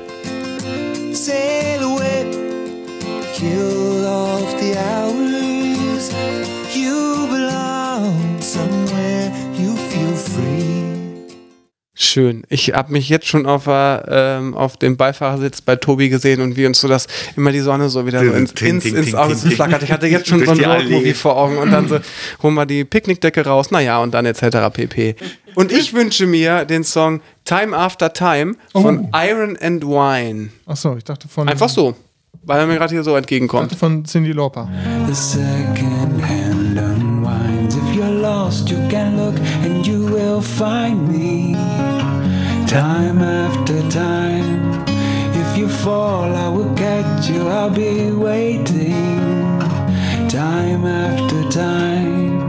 Sail away, kill off the hours. You belong somewhere you feel free. Schön. Ich habe mich jetzt schon auf dem Beifahrersitz bei Tobi gesehen und wie uns so das immer die Sonne so wieder so ins Auge flackert. Ich hatte jetzt schon so ein Roadmovie vor Augen und dann so holen wir die Picknickdecke raus, naja, und dann etc. pp. Und ich wünsche mir den Song Time After Time von Iron and Wine. Achso, ich dachte von... Einfach so, weil er mir gerade hier so entgegenkommt. Ich dachte von Cyndi Lauper. The second hand unwinds. If you're lost, you can look and you will find me. Time after time. If you fall, I will catch you. I'll be waiting. Time after time.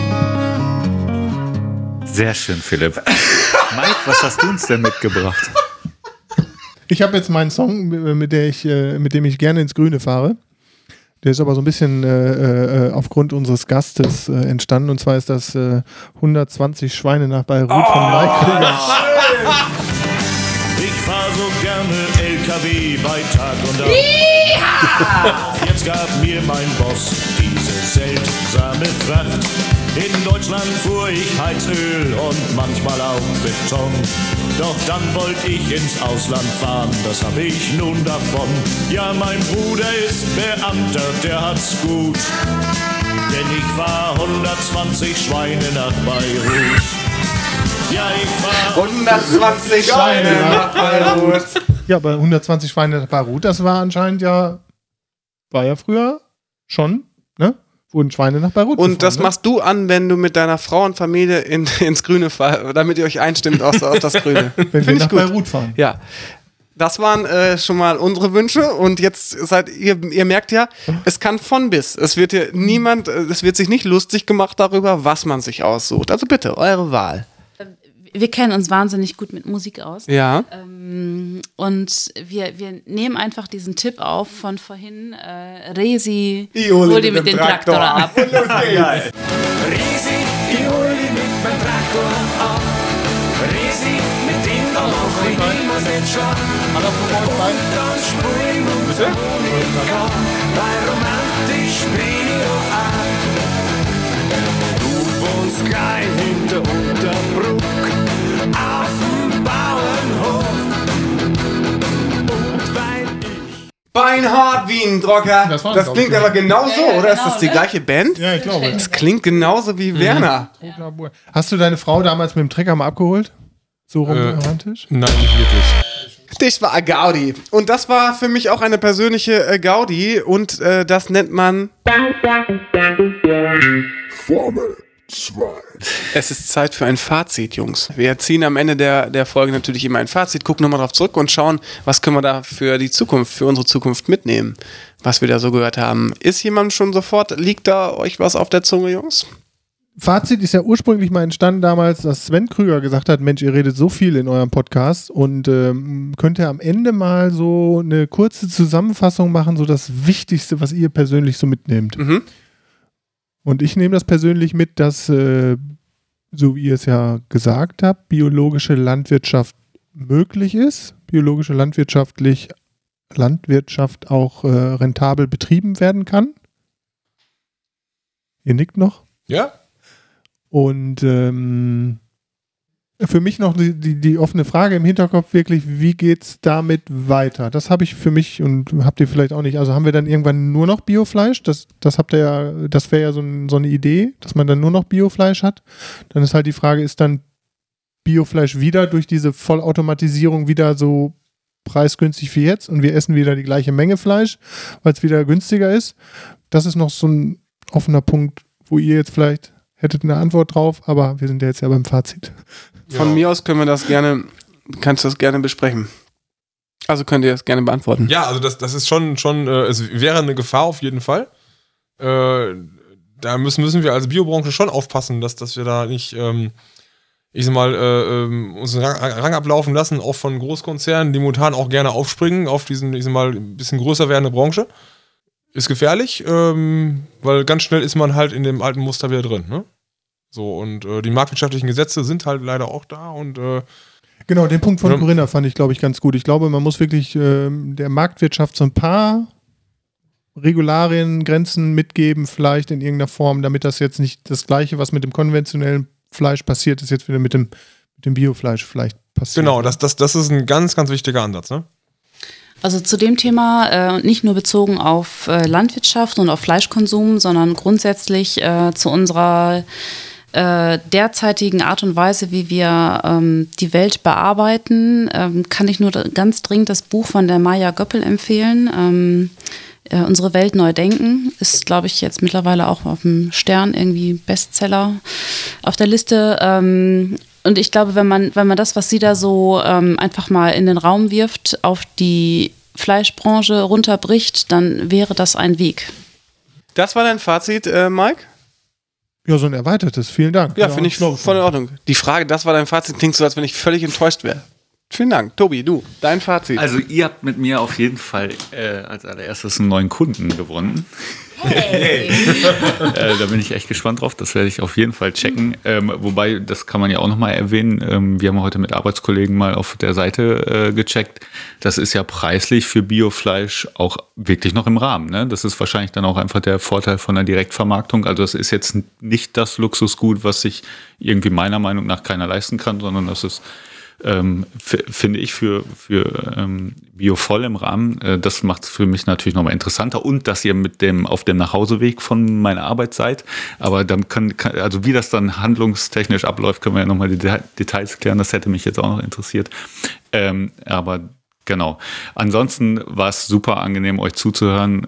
Sehr schön, Philipp. Mike, was hast du uns denn mitgebracht? Ich habe jetzt meinen Song, mit dem ich gerne ins Grüne fahre. Der ist aber so ein bisschen aufgrund unseres Gastes entstanden. Und zwar ist das 120 Schweine nach Beirut von Mike Krüger. Ich fahr so gerne LKW bei Tag und Nacht. Jetzt gab mir mein Boss diese seltsame Fracht. In Deutschland fuhr ich Heizöl und manchmal auch Beton. Doch dann wollte ich ins Ausland fahren, das hab ich nun davon. Ja, mein Bruder ist Beamter, der hat's gut. Denn ich fahr 120 Schweine nach Beirut. Ja, ich fahr 120 Schweine nach Beirut. Ja, aber 120 Schweine nach Beirut, das war anscheinend war ja früher schon, ne? Wurden Schweine nach Beirut gefahren, und das machst du an, wenn du mit deiner Frau und Familie ins Grüne fahrst, damit ihr euch einstimmt auf das Grüne. Wenn wir nach Beirut fahren. Ja. Das waren schon mal unsere Wünsche und jetzt seid ihr merkt ja, es kann von bis. Es wird hier es wird sich nicht lustig gemacht darüber, was man sich aussucht. Also bitte, eure Wahl. Wir kennen uns wahnsinnig gut mit Musik aus. Ja. Und wir nehmen einfach diesen Tipp auf von vorhin. Resi, hol die mit dem Traktor ab. Resi, ich hol die mit dem Traktor ab. Resi, mit dem da mach ich niemals nicht schon. Und dann springen uns Monika bei romantisch Video an. Du wohnst gleich hinter Unterbruck auf dem Bauernhof. Und weil ich Beinhard wie ein Trocker. Das klingt aber genauso, oder? Genau, ist das die gleiche Band? Ja, ich glaube. Das klingt genauso wie Werner. Hast du deine Frau damals mit dem Trecker mal abgeholt? So romantisch? Nein, nicht wirklich. Das war eine Gaudi. Und das war für mich auch eine persönliche Gaudi. Und das nennt man Formel 2. Es ist Zeit für ein Fazit, Jungs. Wir ziehen am Ende der Folge natürlich immer ein Fazit, gucken nochmal drauf zurück und schauen, was können wir da für die Zukunft, für unsere Zukunft mitnehmen, was wir da so gehört haben. Ist jemand schon sofort, liegt da euch was auf der Zunge, Jungs? Fazit ist ja ursprünglich mal entstanden damals, dass Sven Krüger gesagt hat, Mensch, ihr redet so viel in eurem Podcast und könnt ihr am Ende mal so eine kurze Zusammenfassung machen, so das Wichtigste, was ihr persönlich so mitnehmt. Mhm. Und ich nehme das persönlich mit, dass, so wie ihr es ja gesagt habt, biologische Landwirtschaft möglich ist, biologische Landwirtschaft auch rentabel betrieben werden kann. Ihr nickt noch? Ja. Und für mich noch die offene Frage im Hinterkopf wirklich, wie geht's damit weiter? Das habe ich für mich und habt ihr vielleicht auch nicht. Also haben wir dann irgendwann nur noch Biofleisch? Das habt ihr ja, das wäre ja so eine Idee, dass man dann nur noch Biofleisch hat. Dann ist halt die Frage, ist dann Biofleisch wieder durch diese Vollautomatisierung wieder so preisgünstig wie jetzt und wir essen wieder die gleiche Menge Fleisch, weil es wieder günstiger ist? Das ist noch so ein offener Punkt, wo ihr jetzt vielleicht hättet eine Antwort drauf, aber wir sind ja jetzt ja beim Fazit. Von mir aus können wir das gerne, kannst du das gerne besprechen. Also könnt ihr das gerne beantworten. Ja, also das ist schon es wäre eine Gefahr auf jeden Fall. Da müssen wir als Biobranche schon aufpassen, dass wir da nicht, ich sag mal, unseren Rang ablaufen lassen, auch von Großkonzernen, die momentan auch gerne aufspringen auf diesen, ich sag mal, ein bisschen größer werdende Branche. Ist gefährlich, weil ganz schnell ist man halt in dem alten Muster wieder drin, ne? So, und die marktwirtschaftlichen Gesetze sind halt leider auch da und genau, den Punkt von Corinna fand ich, glaube ich, ganz gut. Ich glaube, man muss wirklich der Marktwirtschaft so ein paar Regularien, Grenzen mitgeben, vielleicht in irgendeiner Form, damit das jetzt nicht das Gleiche, was mit dem konventionellen Fleisch passiert, ist jetzt wieder mit dem Biofleisch vielleicht passiert. Genau, das ist ein ganz, ganz wichtiger Ansatz, ne? Also zu dem Thema nicht nur bezogen auf Landwirtschaft und auf Fleischkonsum, sondern grundsätzlich zu unserer derzeitigen Art und Weise, wie wir die Welt bearbeiten, kann ich nur ganz dringend das Buch von der Maja Göppel empfehlen. Unsere Welt neu denken ist, glaube ich, jetzt mittlerweile auch auf dem Stern irgendwie Bestseller auf der Liste. Und ich glaube, wenn man das, was sie da so einfach mal in den Raum wirft, auf die Fleischbranche runterbricht, dann wäre das ein Weg. Das war dein Fazit, Mike? Ja, so ein erweitertes. Vielen Dank. Ja, finde ich voll in Ordnung. Die Frage, das war dein Fazit, klingt so, als wenn ich völlig enttäuscht wäre. Vielen Dank. Tobi, du, dein Fazit. Also ihr habt mit mir auf jeden Fall als allererstes einen neuen Kunden gewonnen. Hey. Da bin ich echt gespannt drauf. Das werde ich auf jeden Fall checken. Wobei, das kann man ja auch nochmal erwähnen. Wir haben heute mit Arbeitskollegen mal auf der Seite gecheckt. Das ist ja preislich für Biofleisch auch wirklich noch im Rahmen. Ne? Das ist wahrscheinlich dann auch einfach der Vorteil von der Direktvermarktung. Also das ist jetzt nicht das Luxusgut, was sich irgendwie meiner Meinung nach keiner leisten kann, sondern das ist finde ich für Bio voll im Rahmen. Das macht es für mich natürlich nochmal interessanter und dass ihr auf dem Nachhauseweg von meiner Arbeit seid. Aber dann also wie das dann handlungstechnisch abläuft, können wir ja nochmal die Details klären. Das hätte mich jetzt auch noch interessiert. Aber genau. Ansonsten war es super angenehm, euch zuzuhören.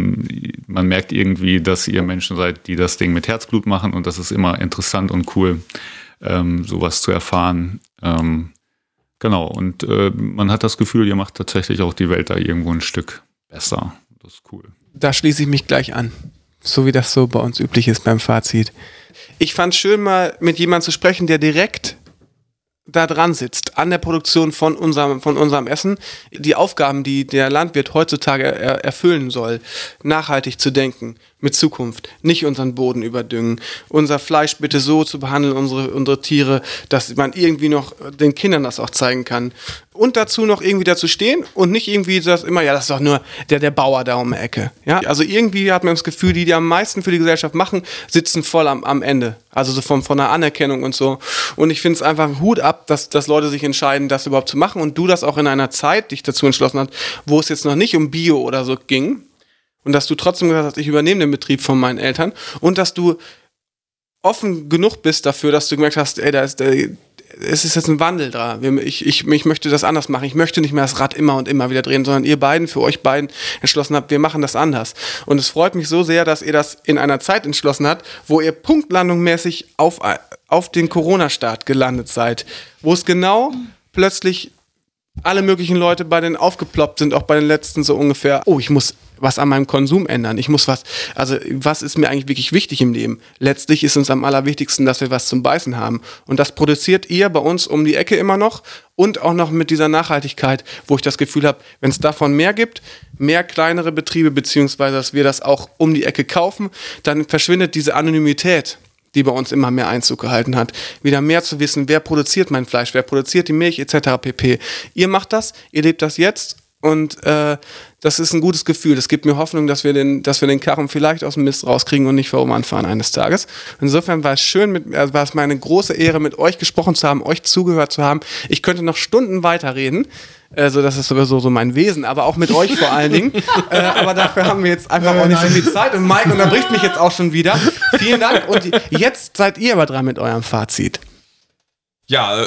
Man merkt irgendwie, dass ihr Menschen seid, die das Ding mit Herzblut machen und das ist immer interessant und cool, sowas zu erfahren. Genau, und man hat das Gefühl, ihr macht tatsächlich auch die Welt da irgendwo ein Stück besser. Das ist cool. Da schließe ich mich gleich an. So wie das so bei uns üblich ist beim Fazit. Ich fand es schön, mal mit jemandem zu sprechen, der direkt da dran sitzt, an der Produktion von unserem Essen. Die Aufgaben, die der Landwirt heutzutage erfüllen soll, nachhaltig zu denken, mit Zukunft, nicht unseren Boden überdüngen, unser Fleisch bitte so zu behandeln, unsere Tiere, dass man irgendwie noch den Kindern das auch zeigen kann. Und dazu noch irgendwie dazu stehen und nicht irgendwie das immer, ja, das ist doch nur der Bauer da um die Ecke. Ja? Also irgendwie hat man das Gefühl, die am meisten für die Gesellschaft machen, sitzen voll am Ende. Also so von der Anerkennung und so. Und ich finde es einfach ein Hut ab, dass Leute sich entscheiden, das überhaupt zu machen und du das auch in einer Zeit dich dazu entschlossen hast, wo es jetzt noch nicht um Bio oder so ging und dass du trotzdem gesagt hast, ich übernehme den Betrieb von meinen Eltern und dass du offen genug bist dafür, dass du gemerkt hast, ey, es ist jetzt ein Wandel da. Ich möchte das anders machen. Ich möchte nicht mehr das Rad immer und immer wieder drehen, sondern ihr beiden, für euch beiden entschlossen habt, wir machen das anders. Und es freut mich so sehr, dass ihr das in einer Zeit entschlossen habt, wo ihr punktlandungmäßig auf den Corona-Start gelandet seid. Wo es genau plötzlich alle möglichen Leute bei denen aufgeploppt sind, auch bei den letzten so ungefähr, oh, ich muss was an meinem Konsum ändern. Was ist mir eigentlich wirklich wichtig im Leben? Letztlich ist uns am allerwichtigsten, dass wir was zum Beißen haben. Und das produziert ihr bei uns um die Ecke immer noch und auch noch mit dieser Nachhaltigkeit, wo ich das Gefühl habe, wenn es davon mehr gibt, mehr kleinere Betriebe, beziehungsweise dass wir das auch um die Ecke kaufen, dann verschwindet diese Anonymität, die bei uns immer mehr Einzug gehalten hat. Wieder mehr zu wissen, wer produziert mein Fleisch, wer produziert die Milch etc. pp. Ihr macht das, ihr lebt das jetzt und das ist ein gutes Gefühl. Das gibt mir Hoffnung, dass wir den Karren vielleicht aus dem Mist rauskriegen und nicht vor oben anfahren eines Tages. Insofern war es schön, war es meine große Ehre, mit euch gesprochen zu haben, euch zugehört zu haben. Ich könnte noch Stunden weiterreden. Also das ist sowieso so mein Wesen, aber auch mit euch vor allen Dingen. Aber dafür haben wir jetzt einfach auch nicht so viel Zeit. Und Mike unterbricht mich jetzt auch schon wieder. Vielen Dank. Und jetzt seid ihr aber dran mit eurem Fazit. Ja,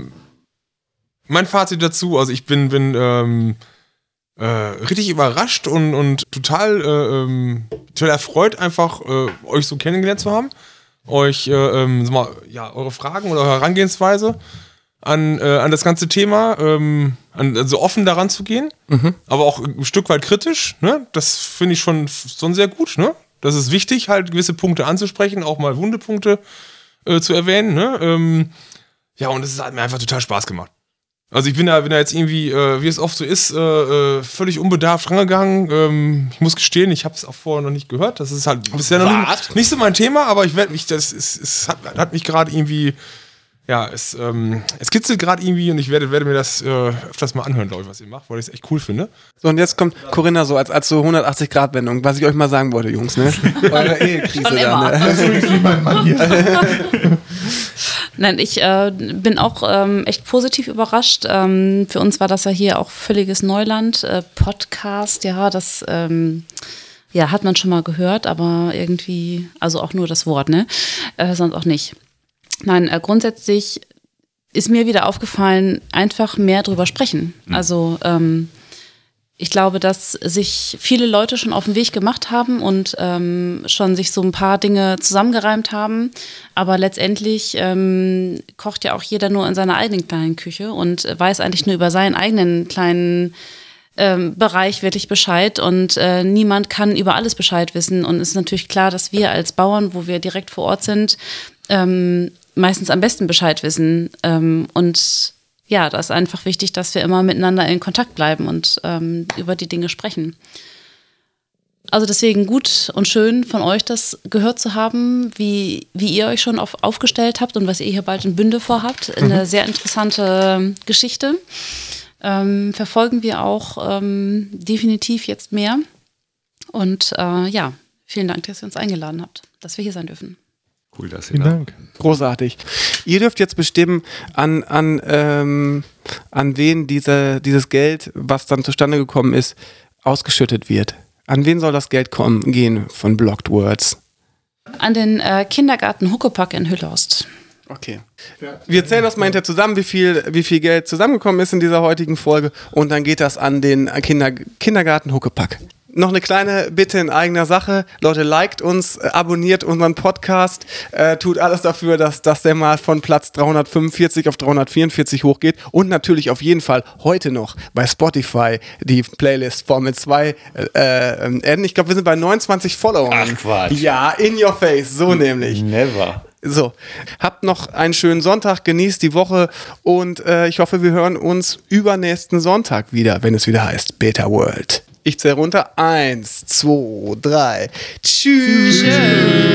mein Fazit dazu, also ich bin richtig überrascht und total erfreut, einfach euch so kennengelernt zu haben. Euch eure Fragen oder eure Herangehensweise an das ganze Thema, also offen daran zu gehen, aber auch ein Stück weit kritisch, ne? Das finde ich schon sehr gut, ne? Das ist wichtig, halt gewisse Punkte anzusprechen, auch mal wunde Punkte zu erwähnen, ne? Ja, und es hat mir einfach total Spaß gemacht. Also ich bin da jetzt irgendwie, wie es oft so ist, völlig unbedarft rangegangen. Ich muss gestehen, ich habe es auch vorher noch nicht gehört. Das ist halt bisher noch nicht so mein Thema, aber es hat mich gerade irgendwie, ja, es kitzelt gerade irgendwie und ich werde mir das öfters mal anhören, glaube ich, was ihr macht, weil ich es echt cool finde. So, und jetzt kommt Corinna so als so 180-Grad-Wendung, was ich euch mal sagen wollte, Jungs, ne? Eure Ehekrise da, ne? Das ist wie mein Mann hier. Nein, ich bin auch echt positiv überrascht. Für uns war das ja hier auch völliges Neuland. Podcast, ja, das hat man schon mal gehört, aber irgendwie, also auch nur das Wort, ne? Sonst auch nicht. Nein, grundsätzlich ist mir wieder aufgefallen, einfach mehr drüber sprechen. Also ich glaube, dass sich viele Leute schon auf den Weg gemacht haben und schon sich so ein paar Dinge zusammengereimt haben. Aber letztendlich kocht ja auch jeder nur in seiner eigenen kleinen Küche und weiß eigentlich nur über seinen eigenen kleinen Bereich wirklich Bescheid. Und niemand kann über alles Bescheid wissen. Und es ist natürlich klar, dass wir als Bauern, wo wir direkt vor Ort sind, meistens am besten Bescheid wissen. Und ja, da ist einfach wichtig, dass wir immer miteinander in Kontakt bleiben und über die Dinge sprechen. Also deswegen gut und schön von euch das gehört zu haben, wie ihr euch schon aufgestellt habt und was ihr hier bald in Bünde vorhabt. Eine sehr interessante Geschichte. Verfolgen wir auch definitiv jetzt mehr. Und vielen Dank, dass ihr uns eingeladen habt, dass wir hier sein dürfen. Cool, dass ihr Vielen Dank. Großartig. Ihr dürft jetzt bestimmen, an wen dieses Geld, was dann zustande gekommen ist, ausgeschüttet wird. An wen soll das Geld gehen von Blocked Words? An den Kindergarten Huckepack in Hüllhorst. Okay. Wir zählen das mal hinterher zusammen, wie viel Geld zusammengekommen ist in dieser heutigen Folge und dann geht das an den Kindergarten Huckepack. Noch eine kleine Bitte in eigener Sache. Leute, liked uns, abonniert unseren Podcast, tut alles dafür, dass der mal von Platz 345 auf 344 hochgeht und natürlich auf jeden Fall heute noch bei Spotify die Playlist Formel 2 enden. Ich glaube, wir sind bei 29 Followern. Ach Quatsch. Ja, in your face, so nämlich. Never. So, habt noch einen schönen Sonntag, genießt die Woche und ich hoffe, wir hören uns übernächsten Sonntag wieder, wenn es wieder heißt Beta World. Ich zähle runter. 1, 2, 3. Tschüss.